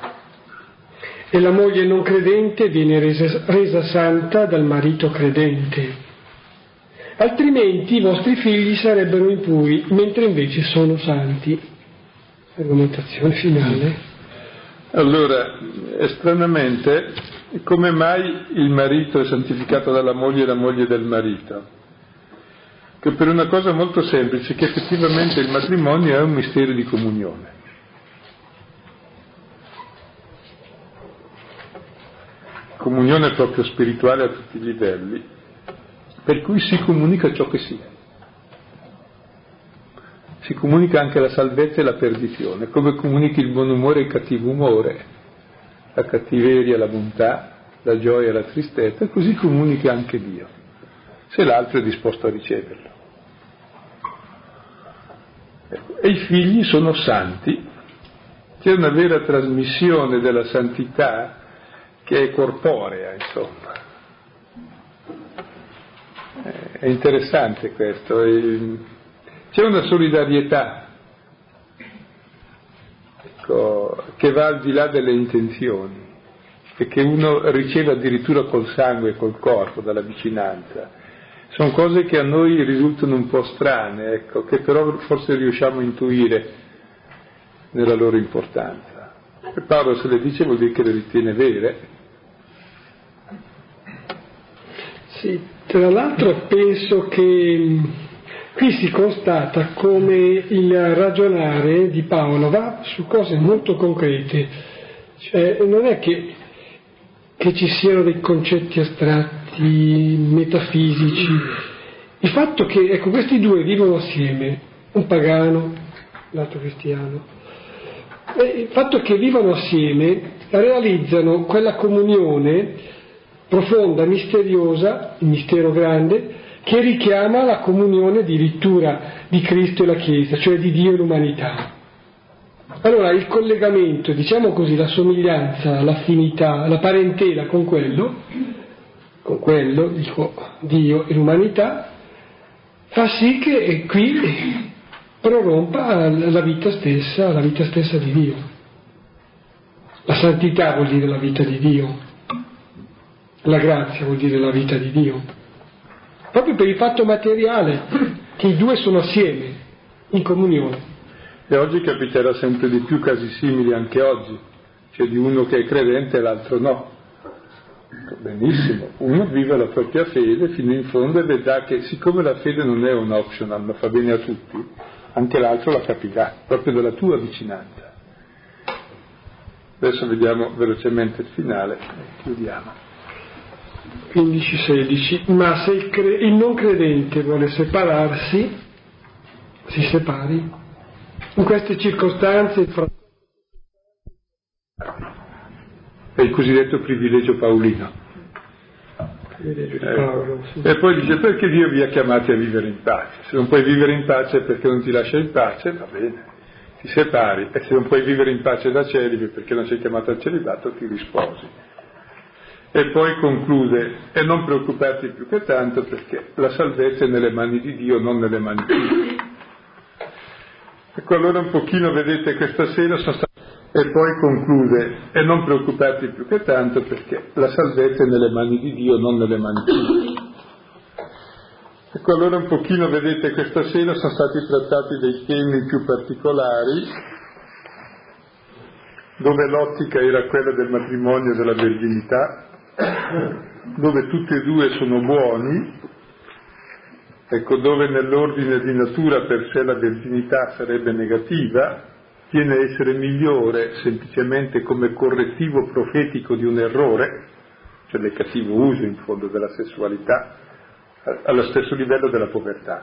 e la moglie non credente viene resa, resa santa dal marito credente. Altrimenti i vostri figli sarebbero impuri, mentre invece sono santi. Argomentazione finale. Allora, stranamente, come mai il marito è santificato dalla moglie e la moglie del marito? Che per una cosa molto semplice, che effettivamente il matrimonio è un mistero di comunione. Comunione proprio spirituale a tutti i livelli, per cui si comunica ciò che si è. Si comunica anche la salvezza e la perdizione, come comunichi il buon umore e il cattivo umore, la cattiveria e la bontà, la gioia e la tristezza, così comunica anche Dio, se l'altro è disposto a riceverlo. E i figli sono santi, c'è una vera trasmissione della santità che è corporea, insomma. È interessante questo, c'è una solidarietà, ecco, che va al di là delle intenzioni e che uno riceve addirittura col sangue e col corpo, dalla vicinanza. Sono cose che a noi risultano un po' strane, ecco, che però forse riusciamo a intuire nella loro importanza. E Paolo se le dice vuol dire che le ritiene vere. Sì, tra l'altro penso che qui si constata come il ragionare di Paolo va su cose molto concrete, cioè non è che, che ci siano dei concetti astratti, metafisici. Il fatto che, ecco, questi due vivono assieme, un pagano, l'altro cristiano, e il fatto che vivono assieme realizzano quella comunione profonda, misteriosa, il mistero grande, che richiama la comunione addirittura di Cristo e la Chiesa, cioè di Dio e l'umanità. Allora il collegamento, diciamo così, la somiglianza, l'affinità, la parentela con quello, con quello, dico, Dio e l'umanità, fa sì che qui prorompa la vita stessa, la vita stessa di Dio. La santità vuol dire la vita di Dio, la grazia vuol dire la vita di Dio, proprio per il fatto materiale che i due sono assieme, in comunione. E oggi capiterà sempre di più casi simili anche oggi, cioè di uno che è credente e l'altro no. Benissimo, uno vive la propria fede fino in fondo e vedrà che siccome la fede non è un optional ma fa bene a tutti, anche l'altro la capirà, proprio dalla tua vicinanza. Adesso vediamo velocemente il finale e chiudiamo. quindici sedici. Ma se il, cre- il non credente vuole separarsi, si separi. In queste circostanze il fratello è il cosiddetto privilegio paolino. privilegio di Ecco. Paolo, sì. E poi dice perché Dio vi ha chiamati a vivere in pace. Se non puoi vivere in pace perché non ti lascia in pace, va bene, ti separi, e se non puoi vivere in pace da celibe perché non sei chiamato al celibato, ti risposi. E poi conclude, e non preoccuparti più che tanto perché la salvezza è nelle mani di Dio, non nelle mani tue. Ecco, allora un pochino, vedete, questa sera sono stato... E poi conclude, e non preoccuparti più che tanto perché la salvezza è nelle mani di Dio, non nelle mani tue. Ecco, allora un pochino, vedete, questa sera sono stati trattati dei temi più particolari, dove l'ottica era quella del matrimonio e della verginità, dove tutti e due sono buoni, ecco, dove nell'ordine di natura per sé la verginità sarebbe negativa, viene a essere migliore semplicemente come correttivo profetico di un errore, cioè del cattivo uso in fondo della sessualità, allo stesso livello della povertà.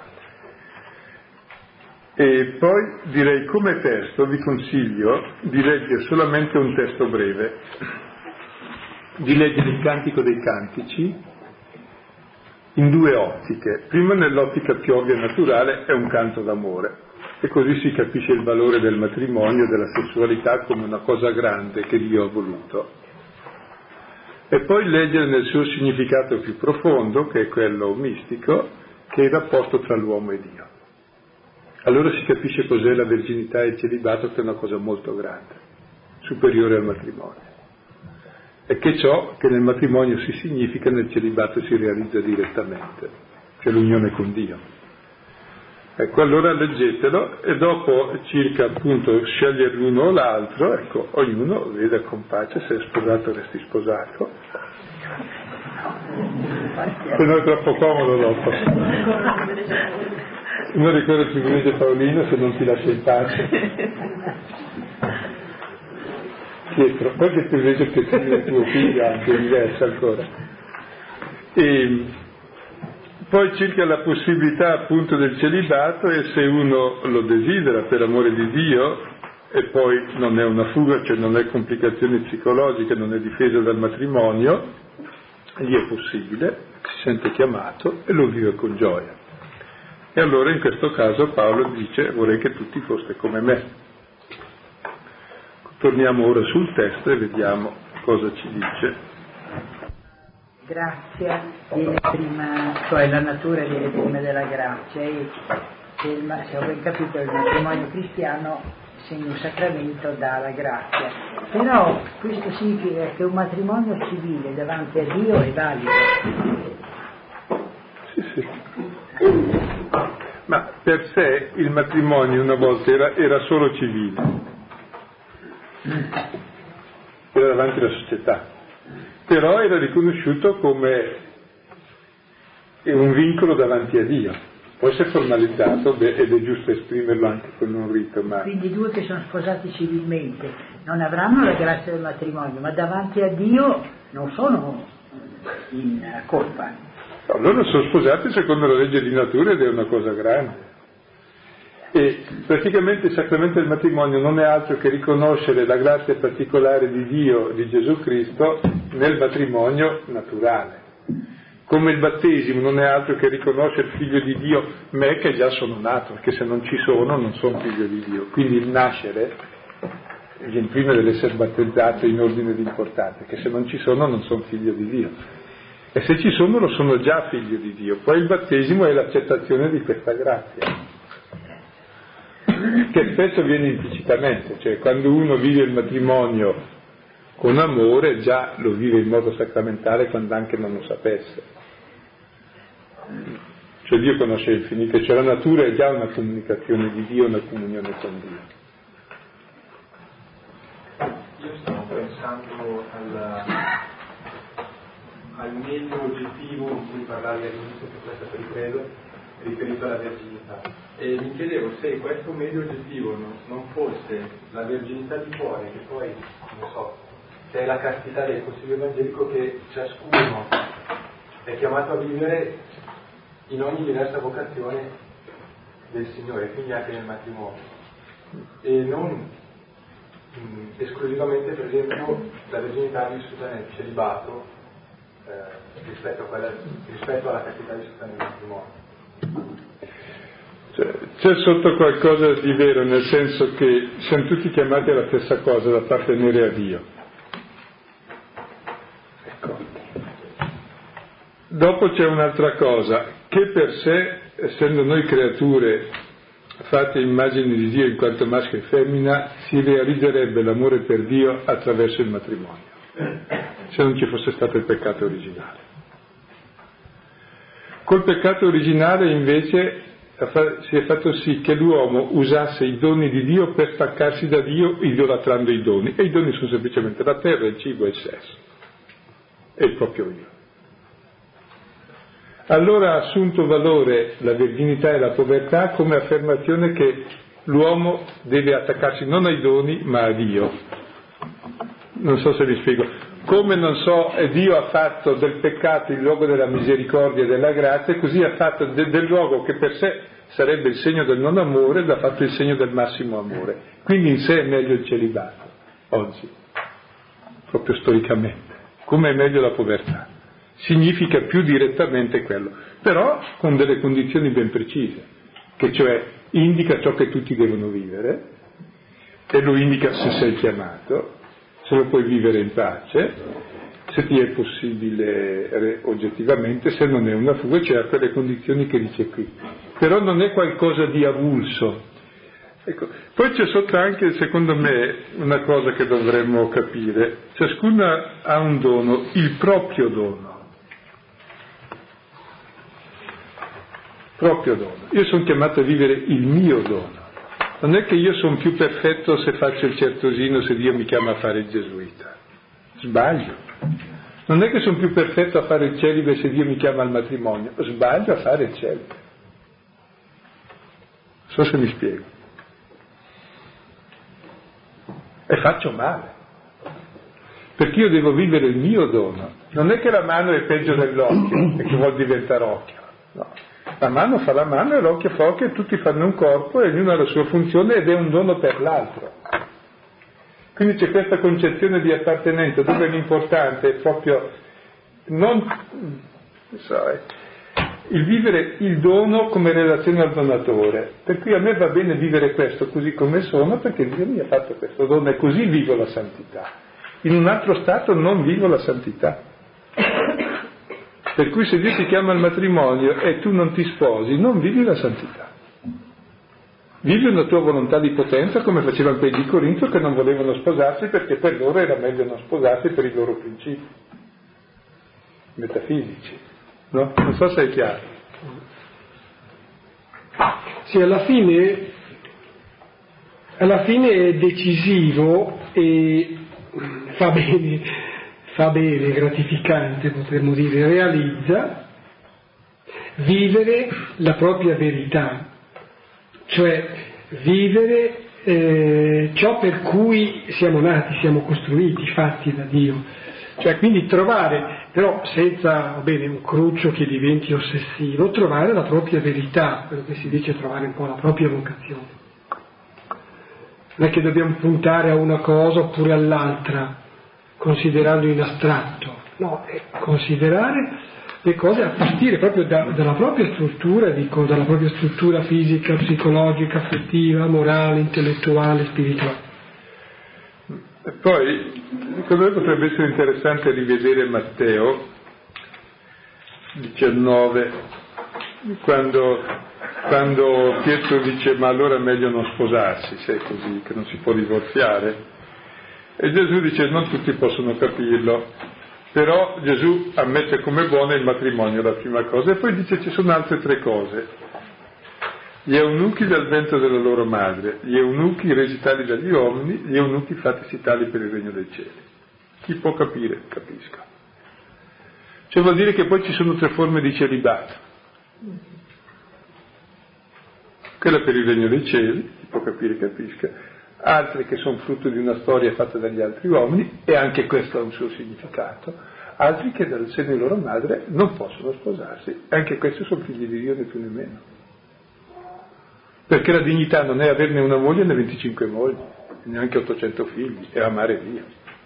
E poi direi, come testo vi consiglio di leggere solamente un testo breve, di leggere il Cantico dei Cantici in due ottiche. Prima, nell'ottica più ovvia e naturale, è un canto d'amore, e così si capisce il valore del matrimonio e della sessualità come una cosa grande che Dio ha voluto. E poi leggere nel suo significato più profondo, che è quello mistico, che è il rapporto tra l'uomo e Dio. Allora si capisce cos'è la verginità e il celibato, che è una cosa molto grande, superiore al matrimonio. E che ciò che nel matrimonio si significa, nel celibato si realizza direttamente, cioè l'unione con Dio. Ecco, allora leggetelo, e dopo, circa appunto scegliere l'uno o l'altro, ecco, ognuno veda con pace, se è sposato resti sposato, se no è troppo comodo dopo. Non ricordo il privilegio paolino, se non ti lascia in pace. Pietro, poi che privilegio che tu e tuo figlio anche è diverso ancora. E poi circa la possibilità appunto del celibato, e se uno lo desidera per amore di Dio, e poi non è una fuga, cioè non è complicazione psicologica, non è difesa dal matrimonio, gli è possibile, si sente chiamato e lo vive con gioia. E allora in questo caso Paolo dice: vorrei che tutti foste come me. Torniamo ora sul testo e vediamo cosa ci dice. Grazia viene prima, cioè la natura viene prima della grazia, e se, il, se ho ben capito il matrimonio cristiano, essendo un sacramento, dà la grazia. Però questo significa che un matrimonio civile davanti a Dio è valido. Sì, sì. Ma per sé il matrimonio una volta era, era solo civile, era davanti alla società, però era riconosciuto come un vincolo davanti a Dio. Poi si è formalizzato, beh, ed è giusto esprimerlo anche con un rito. Ma... quindi due che sono sposati civilmente non avranno la grazia del matrimonio, ma davanti a Dio non sono in colpa. No, loro sono sposati secondo la legge di natura ed è una cosa grande. E praticamente il sacramento del matrimonio non è altro che riconoscere la grazia particolare di Dio, di Gesù Cristo, nel matrimonio naturale. Come il battesimo non è altro che riconoscere il figlio di Dio, me che già sono nato, perché se non ci sono non sono figlio di Dio. Quindi il nascere viene prima dell'essere battezzato in ordine di importanza, che se non ci sono non sono figlio di Dio. E se ci sono lo sono già figlio di Dio. Poi il battesimo è l'accettazione di questa grazia, che spesso viene implicitamente, cioè quando uno vive il matrimonio con amore già lo vive in modo sacramentale quando anche non lo sapesse. Cioè Dio conosce l'infinito, cioè la natura è già una comunicazione di Dio, una comunione con Dio. Io stavo pensando alla... al medio oggettivo in cui parlavi all'inizio che questa per il credo riferito alla verginità, e mi chiedevo se questo medio oggettivo non, non fosse la verginità di cuore, che poi non so se è la castità del consiglio evangelico che ciascuno è chiamato a vivere in ogni diversa vocazione del Signore, quindi anche nel matrimonio, e non mh, esclusivamente per esempio la verginità vissuta nel celibato Eh, rispetto, a quella, rispetto alla castità vissuta nel matrimonio. Cioè, c'è sotto qualcosa di vero, nel senso che siamo tutti chiamati alla stessa cosa, ad appartenere a Dio. Ecco. Dopo c'è un'altra cosa, che per sé, essendo noi creature fatte immagini di Dio in quanto maschio e femmina, si realizzerebbe l'amore per Dio attraverso il matrimonio, se non ci fosse stato il peccato originale. Col peccato originale invece si è fatto sì che l'uomo usasse i doni di Dio per staccarsi da Dio idolatrando i doni, e i doni sono semplicemente la terra, il cibo e il sesso, e il proprio io. Allora ha assunto valore la verginità e la povertà come affermazione che l'uomo deve attaccarsi non ai doni ma a Dio. Non so se vi spiego. Come non so, Dio ha fatto del peccato il luogo della misericordia e della grazia, così ha fatto de- del luogo che per sé sarebbe il segno del non amore, l'ha fatto il segno del massimo amore. Quindi in sé è meglio il celibato, oggi, proprio storicamente, come è meglio la povertà. Significa più direttamente quello, però con delle condizioni ben precise, che cioè indica ciò che tutti devono vivere, e lo indica se sei chiamato, se lo puoi vivere in pace, se ti è possibile oggettivamente, se non è una fuga, c'è cioè quelle condizioni che dice qui. Però non è qualcosa di avulso. Ecco. Poi c'è sotto anche, secondo me, una cosa che dovremmo capire. Ciascuna ha un dono, il proprio dono. Proprio dono. Io sono chiamato a vivere il mio dono. Non è che io sono più perfetto se faccio il certosino, se Dio mi chiama a fare il gesuita. Sbaglio. Non è che sono più perfetto a fare il celibe se Dio mi chiama al matrimonio. Sbaglio a fare il celibe. Non so se mi spiego. E faccio male. Perché io devo vivere il mio dono. Non è che la mano è peggio dell'occhio e che vuol diventare occhio. No. La mano fa la mano e l'occhio fa occhio e tutti fanno un corpo e ognuno ha la sua funzione ed è un dono per l'altro. Quindi c'è questa concezione di appartenenza dove l'importante è proprio non so, eh, il vivere il dono come relazione al donatore, per cui a me va bene vivere questo così come sono, perché Dio mi ha fatto questo dono e così vivo la santità. In un altro stato non vivo la santità. Per cui se Dio ti chiama al matrimonio e tu non ti sposi, non vivi la santità. Vivi una tua volontà di potenza, come facevano quelli di Corinto che non volevano sposarsi perché per loro era meglio non sposarsi per i loro principi metafisici. No? Non so se è chiaro. Sì, alla fine, alla fine è decisivo e fa bene, fa bene, gratificante, potremmo dire, realizza vivere la propria verità, cioè vivere eh, ciò per cui siamo nati, siamo costruiti, fatti da Dio. Cioè quindi trovare, però senza va bene, un cruccio che diventi ossessivo, trovare la propria verità, quello che si dice trovare un po' la propria vocazione. Non è che dobbiamo puntare a una cosa oppure all'altra, considerando in astratto, no, è considerare le cose a partire proprio da, dalla propria struttura, dico, dalla propria struttura fisica, psicologica, affettiva, morale, intellettuale, spirituale. E poi, secondo me potrebbe essere interessante rivedere Matteo diciannove, quando, quando Pietro dice ma allora è meglio non sposarsi, se è così, che non si può divorziare. E Gesù dice non tutti possono capirlo, però Gesù ammette come buono il matrimonio, la prima cosa, e poi dice ci sono altre tre cose. Gli eunuchi dal ventre della loro madre, gli eunuchi resi tali dagli uomini, gli eunuchi fatisi tali per il regno dei cieli. Chi può capire, capisca. Cioè vuol dire che poi ci sono tre forme di celibato. Quella per il regno dei cieli, chi può capire, capisca. Altre che sono frutto di una storia fatta dagli altri uomini, e anche questo ha un suo significato. Altri che dal seno di loro madre non possono sposarsi, e anche questi sono figli di Dio, né più né meno. Perché la dignità non è averne una moglie né venticinque mogli, neanche ottocento figli, è amare Dio.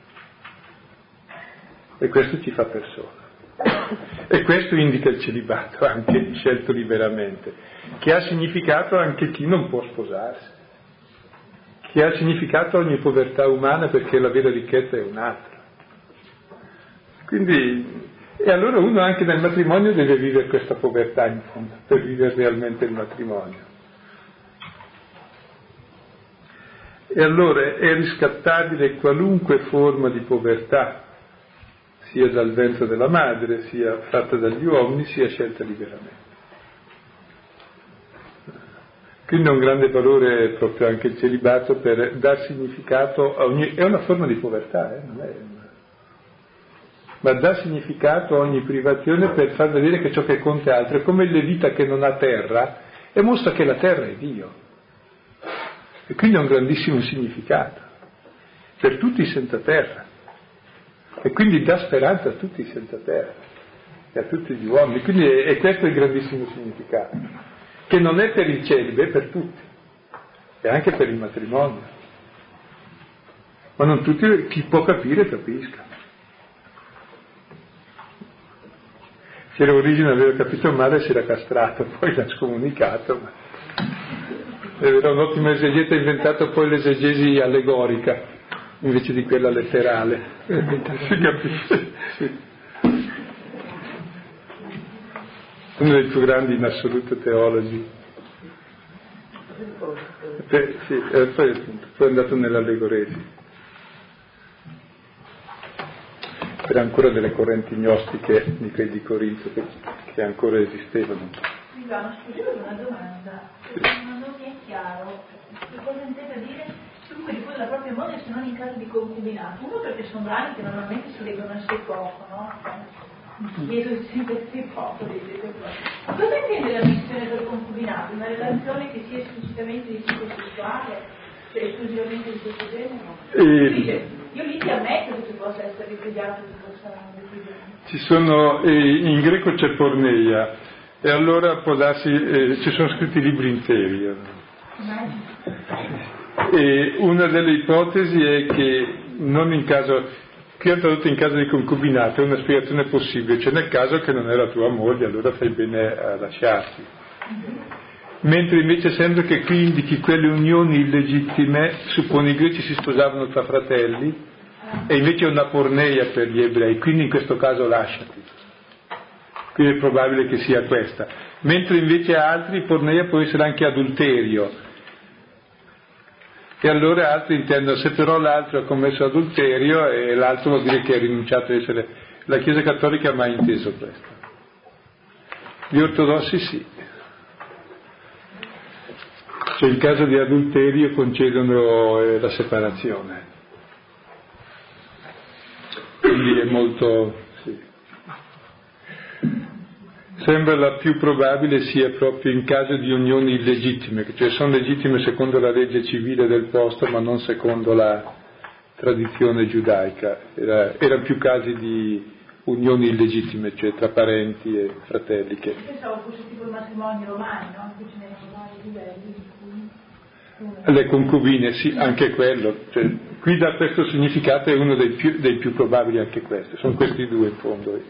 E questo ci fa persona. E questo indica il celibato, anche scelto liberamente, che ha significato anche chi non può sposarsi, che ha significato ogni povertà umana, perché la vera ricchezza è un'altra. Quindi, e allora uno anche nel matrimonio deve vivere questa povertà in fondo, per vivere realmente il matrimonio. E allora è riscattabile qualunque forma di povertà, sia dal ventre della madre, sia fatta dagli uomini, sia scelta liberamente. Quindi è un grande valore proprio anche il celibato per dar significato a ogni... è una forma di povertà, eh? Non è... ma dà significato a ogni privazione per far vedere che ciò che conta è altro. È come il levita che non ha terra e mostra che la terra è Dio. E quindi ha un grandissimo significato per tutti i senza terra, e quindi dà speranza a tutti i senza terra e a tutti gli uomini. Quindi è, è questo il grandissimo significato, che non è per il celibe, è per tutti, e anche per il matrimonio, ma non tutti, chi può capire capisca. Se l'origine aveva capito male si era castrato, poi l'ha scomunicato, ma era un'ottima esegeta, ha inventato poi l'esegesi allegorica invece di quella letterale. Si capisce? Sì. Uno dei più grandi in assoluto teologi. Eh, sì, e poi appunto, poi è andato nell'allegoresi. C'era ancora delle correnti gnostiche di quei di Corinto che, che ancora esistevano. Silvano, scusi una domanda, ma non mi è chiaro che cosa intende dire dunque di la propria moglie se non in caso di concubinato. Uno perché sono brani che normalmente si leggono assai poco, no? Chiedo sempre assai poco di queste cose. Ma cosa intende la missione del concubinato? Una relazione che sia esplicitamente di tipo sessuale, cioè esclusivamente di questo genere? E... Dice, io lì ti ammetto che tu possa essere ripudiato, che possa ripudiare. Ci sono, eh, in greco c'è porneia, e allora può darsi, eh, ci sono scritti libri interi. E una delle ipotesi è che non in caso, qui è tradotto in caso di concubinato, è una spiegazione possibile, cioè nel caso che non è la tua moglie, allora fai bene a lasciarti. Mentre invece sembra che qui indichi quelle unioni illegittime, suppone i greci si sposavano tra fratelli, e invece è una porneia per gli ebrei, quindi in questo caso lasciati. Quindi è probabile che sia questa. Mentre invece altri porneia può essere anche adulterio. E allora altri intendono, se però l'altro ha commesso adulterio, e l'altro vuol dire che ha rinunciato a essere... La Chiesa Cattolica ha mai inteso questo. Gli ortodossi sì. Cioè in caso di adulterio concedono eh, la separazione. Quindi è molto... Sì. Sembra la più probabile sia proprio in caso di unioni illegittime, cioè sono legittime secondo la legge civile del posto ma non secondo la tradizione giudaica. Era, erano più casi di unioni illegittime, cioè tra parenti e fratelli. Che... Pensavo fosse tipo il matrimonio romano, no? Qui ce n'erano vari livelli. Le concubine, sì, anche quello. Cioè, qui da questo significato è uno dei più, dei più probabili anche questo. Sono questi due in fondo.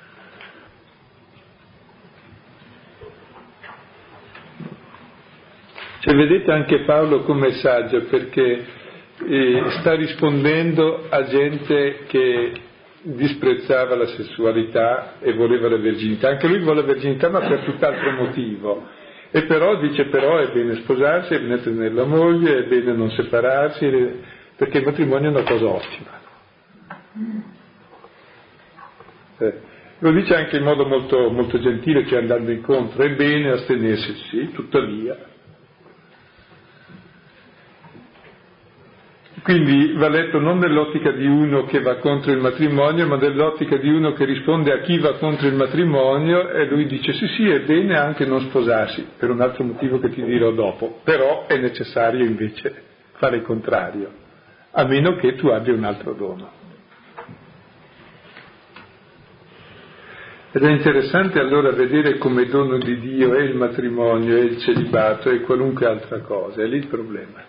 Cioè, vedete anche Paolo come è saggio, perché eh, sta rispondendo a gente che disprezzava la sessualità e voleva la verginità. Anche lui vuole la verginità, ma per tutt'altro motivo. E però dice, però è bene sposarsi, è bene tenere la moglie, è bene non separarsi, perché il matrimonio è una cosa ottima. Eh, lo dice anche in modo molto, molto gentile, cioè andando incontro, è bene astenersi, sì, tuttavia. Quindi va letto non nell'ottica di uno che va contro il matrimonio, ma nell'ottica di uno che risponde a chi va contro il matrimonio, e lui dice sì sì è bene anche non sposarsi, per un altro motivo che ti dirò dopo, però è necessario invece fare il contrario, a meno che tu abbia un altro dono. Ed è interessante allora vedere come dono di Dio è il matrimonio, è il celibato e qualunque altra cosa, è lì il problema.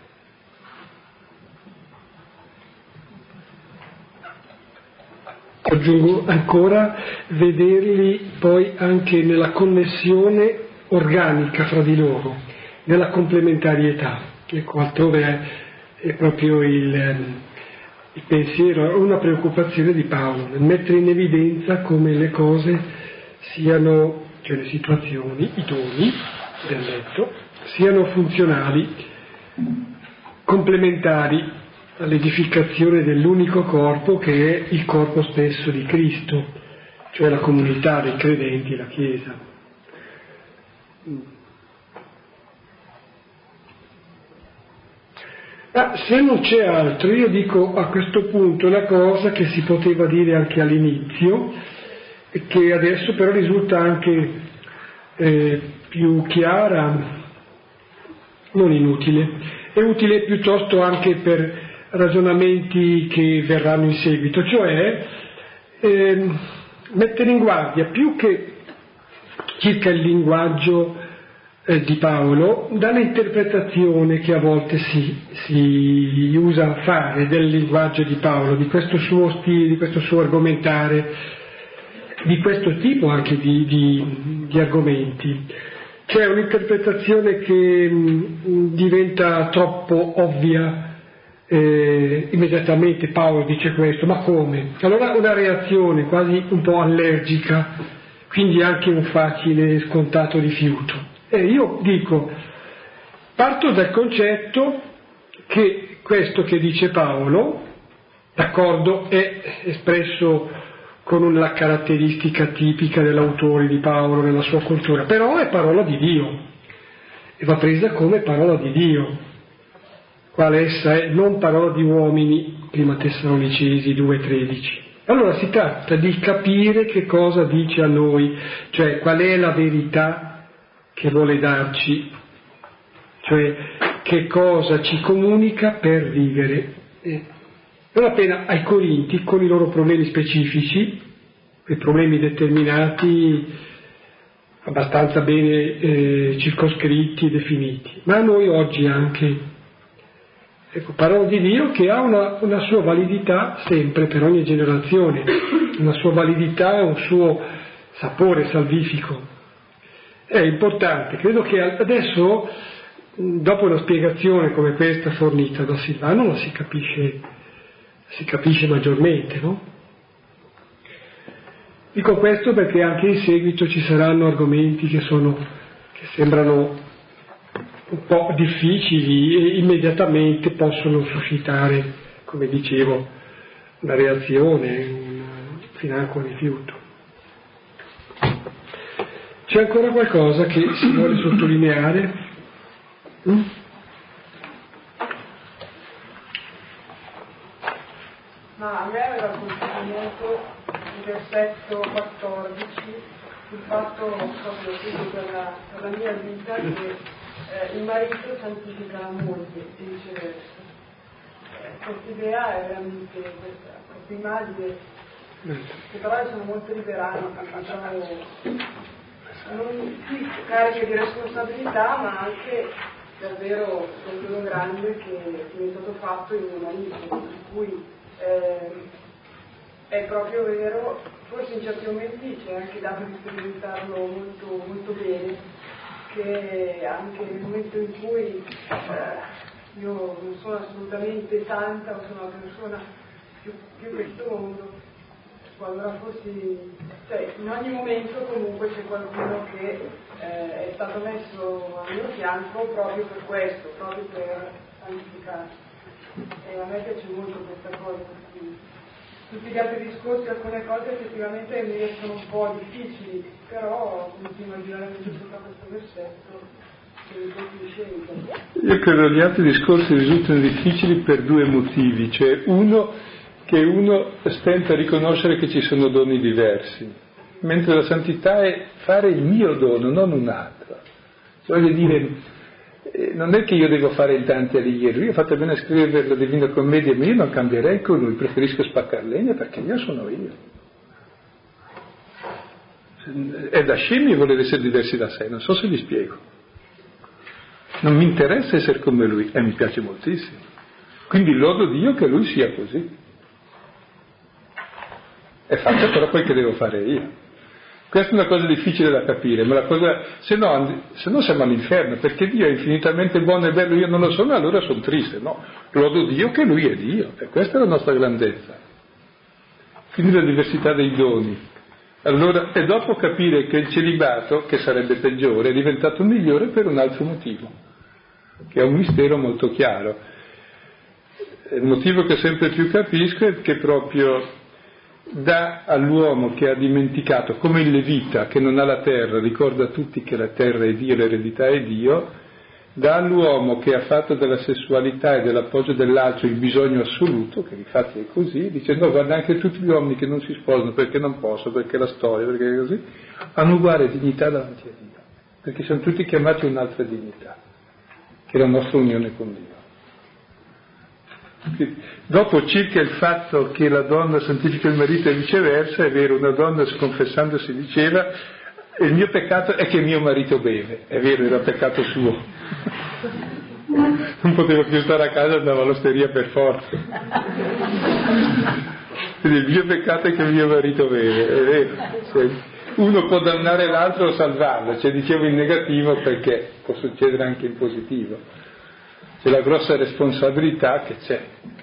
Aggiungo ancora, vederli poi anche nella connessione organica fra di loro, nella complementarietà. Ecco, altrove è, è proprio il, il pensiero, una preoccupazione di Paolo, nel mettere in evidenza come le cose siano, cioè le situazioni, i doni del letto, siano funzionali, complementari all'edificazione dell'unico corpo che è il corpo stesso di Cristo, cioè la comunità dei credenti, la Chiesa. Ma se non c'è altro, io dico a questo punto una cosa che si poteva dire anche all'inizio e che adesso però risulta anche eh, più chiara, non inutile, è utile piuttosto anche per ragionamenti che verranno in seguito, cioè eh, mettere in guardia più che circa il linguaggio eh, di Paolo dall'interpretazione che a volte si, si usa a fare del linguaggio di Paolo, di questo suo stile, di questo suo argomentare, di questo tipo anche di, di, di argomenti. C'è un'interpretazione che mh, diventa troppo ovvia. Eh, immediatamente Paolo dice questo, ma come? Allora una reazione quasi un po' allergica, quindi anche un facile scontato rifiuto. E io dico, parto dal concetto che questo che dice Paolo, d'accordo, è espresso con una caratteristica tipica dell'autore di Paolo nella sua cultura, però è parola di Dio e va presa come parola di Dio, quale essa è, non parola di uomini, prima Tessalonicesi due tredici. Allora si tratta di capire che cosa dice a noi, cioè qual è la verità che vuole darci, cioè che cosa ci comunica per vivere. Eh, non appena ai Corinti, con i loro problemi specifici, quei problemi determinati, abbastanza bene eh, circoscritti e definiti, ma a noi oggi anche Ecco, parola di Dio che ha una, una sua validità sempre per ogni generazione, una sua validità e un suo sapore salvifico. È importante, credo che adesso, dopo una spiegazione come questa fornita da Silvano, lo si capisce, si capisce maggiormente, no? Dico questo perché anche in seguito ci saranno argomenti che sono, che sembrano un po' difficili e immediatamente possono suscitare, come dicevo, una reazione, un, financo un rifiuto. C'è ancora qualcosa che si vuole sottolineare? Mm? Ma a me aveva colpito molto il versetto quattordici, il fatto proprio per la, per la mia vita che Eh, il marito santifica la moglie e viceversa. Eh, questa idea è veramente questa, questa immagine, che però sono molto liberanti, diciamo, non sì, cariche di responsabilità, ma anche davvero quello grande che, che mi è stato fatto in un marito, per cui eh, è proprio vero, forse in certi momenti c'è anche dato di sperimentarlo molto, molto bene, che anche nel momento in cui eh, io non sono assolutamente santa o sono una persona più, più che questo mondo, qualora fossi, cioè in ogni momento comunque c'è qualcuno che eh, è stato messo al mio fianco proprio per questo, proprio per santificarsi. E a me piace molto questa cosa, perché tutti gli altri discorsi, alcune cose effettivamente mi riescono un po' difficili, però continuo a girare sopra questo versetto che mi colpisce. Io credo che gli altri discorsi risultano difficili per due motivi, cioè uno, che uno stenta a riconoscere che ci sono doni diversi, mentre la santità è fare il mio dono, non un altro. Cioè, voglio dire, eh, non è che io devo fare il Dante Alighieri, io ho fatto bene a scrivere la Divina Commedia, ma io non cambierei con lui, preferisco spaccar legna perché io sono io. È da scemi voler essere diversi da sé, non so se vi spiego. Non mi interessa essere come lui, e mi piace moltissimo. Quindi lodo Dio che lui sia così. E faccio però quel che devo fare io. Questa è una cosa difficile da capire, ma la cosa, se no, se no siamo all'inferno, perché Dio è infinitamente buono e bello, io non lo sono, allora sono triste, no? Lodo Dio che lui è Dio, e questa è la nostra grandezza. Quindi la diversità dei doni. Allora, e dopo capire che il celibato, che sarebbe peggiore, è diventato migliore per un altro motivo, che è un mistero molto chiaro. Il motivo che sempre più capisco è che proprio dà all'uomo che ha dimenticato, come il Levita che non ha la terra, ricorda a tutti che la terra è Dio, l'eredità è Dio, dà all'uomo che ha fatto della sessualità e dell'appoggio dell'altro il bisogno assoluto, che infatti è così, dice no, guarda, anche tutti gli uomini che non si sposano perché non possono, perché la storia, perché è così, hanno uguale dignità davanti a Dio, perché sono tutti chiamati a un'altra dignità, che è la nostra unione con Dio. Dopo, circa il fatto che la donna santifica il marito e viceversa, è vero, una donna sconfessandosi diceva il mio peccato è che mio marito beve, è vero, era peccato suo, non poteva più stare a casa, andava all'osteria per forza. Quindi il mio peccato è che mio marito beve, è vero, cioè, uno può dannare l'altro o salvarlo, cioè dicevo in negativo perché può succedere anche in positivo. C'è la grossa responsabilità che c'è,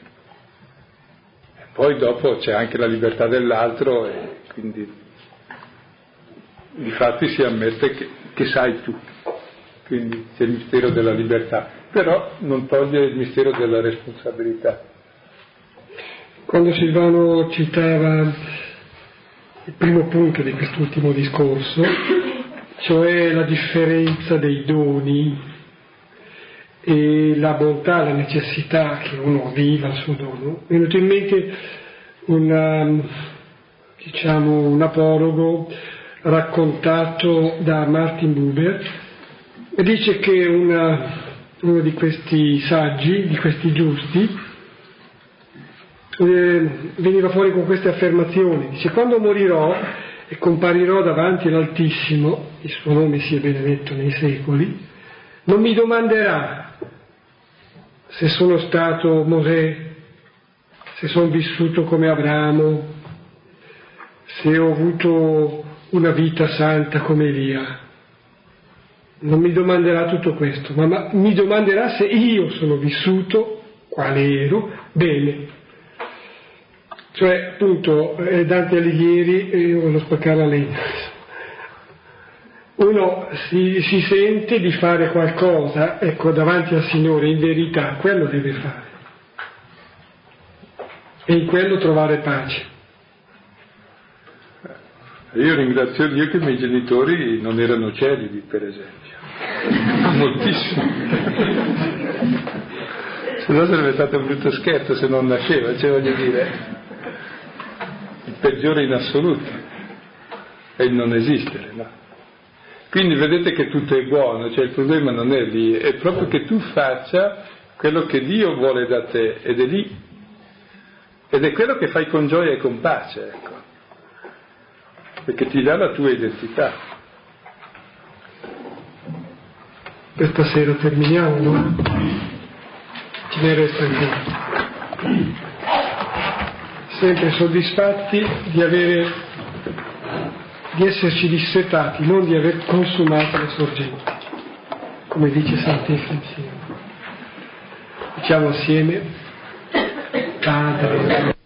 e poi dopo c'è anche la libertà dell'altro e quindi difatti si ammette che, che sai tu, quindi c'è il mistero della libertà, però non toglie il mistero della responsabilità. Quando Silvano citava il primo punto di quest'ultimo discorso, cioè la differenza dei doni e la bontà, la necessità che uno viva il suo dono, mi è venuto in mente una, diciamo, un apologo raccontato da Martin Buber, e dice che una, uno di questi saggi, di questi giusti, eh, veniva fuori con queste affermazioni, dice: quando morirò e comparirò davanti all'Altissimo, il suo nome sia benedetto nei secoli, non mi domanderà se sono stato Mosè, se sono vissuto come Abramo, se ho avuto una vita santa come Elia. Non mi domanderà tutto questo, ma, ma mi domanderà se io sono vissuto, quale ero, bene. Cioè, appunto, eh, Dante Alighieri, eh, io voglio spaccare la legna. Uno si, si sente di fare qualcosa, ecco, davanti al Signore, in verità, quello deve fare. E in quello trovare pace. Io ringrazio Dio che i miei genitori non erano celibi, per esempio. Moltissimo. Se no sarebbe stato un brutto scherzo se non nasceva, cioè voglio dire, il peggiore in assoluto è il non esistere, no? Quindi vedete che tutto è buono, cioè il problema non è lì, è proprio che tu faccia quello che Dio vuole da te, ed è lì, ed è quello che fai con gioia e con pace, ecco, perché ti dà la tua identità. Per stasera terminiamo, no? Ce ne resta ancora. Sempre soddisfatti di avere, di esserci dissetati, non di aver consumato le sorgenti, come dice Sant'Efrem insieme. Diciamo assieme, Padre.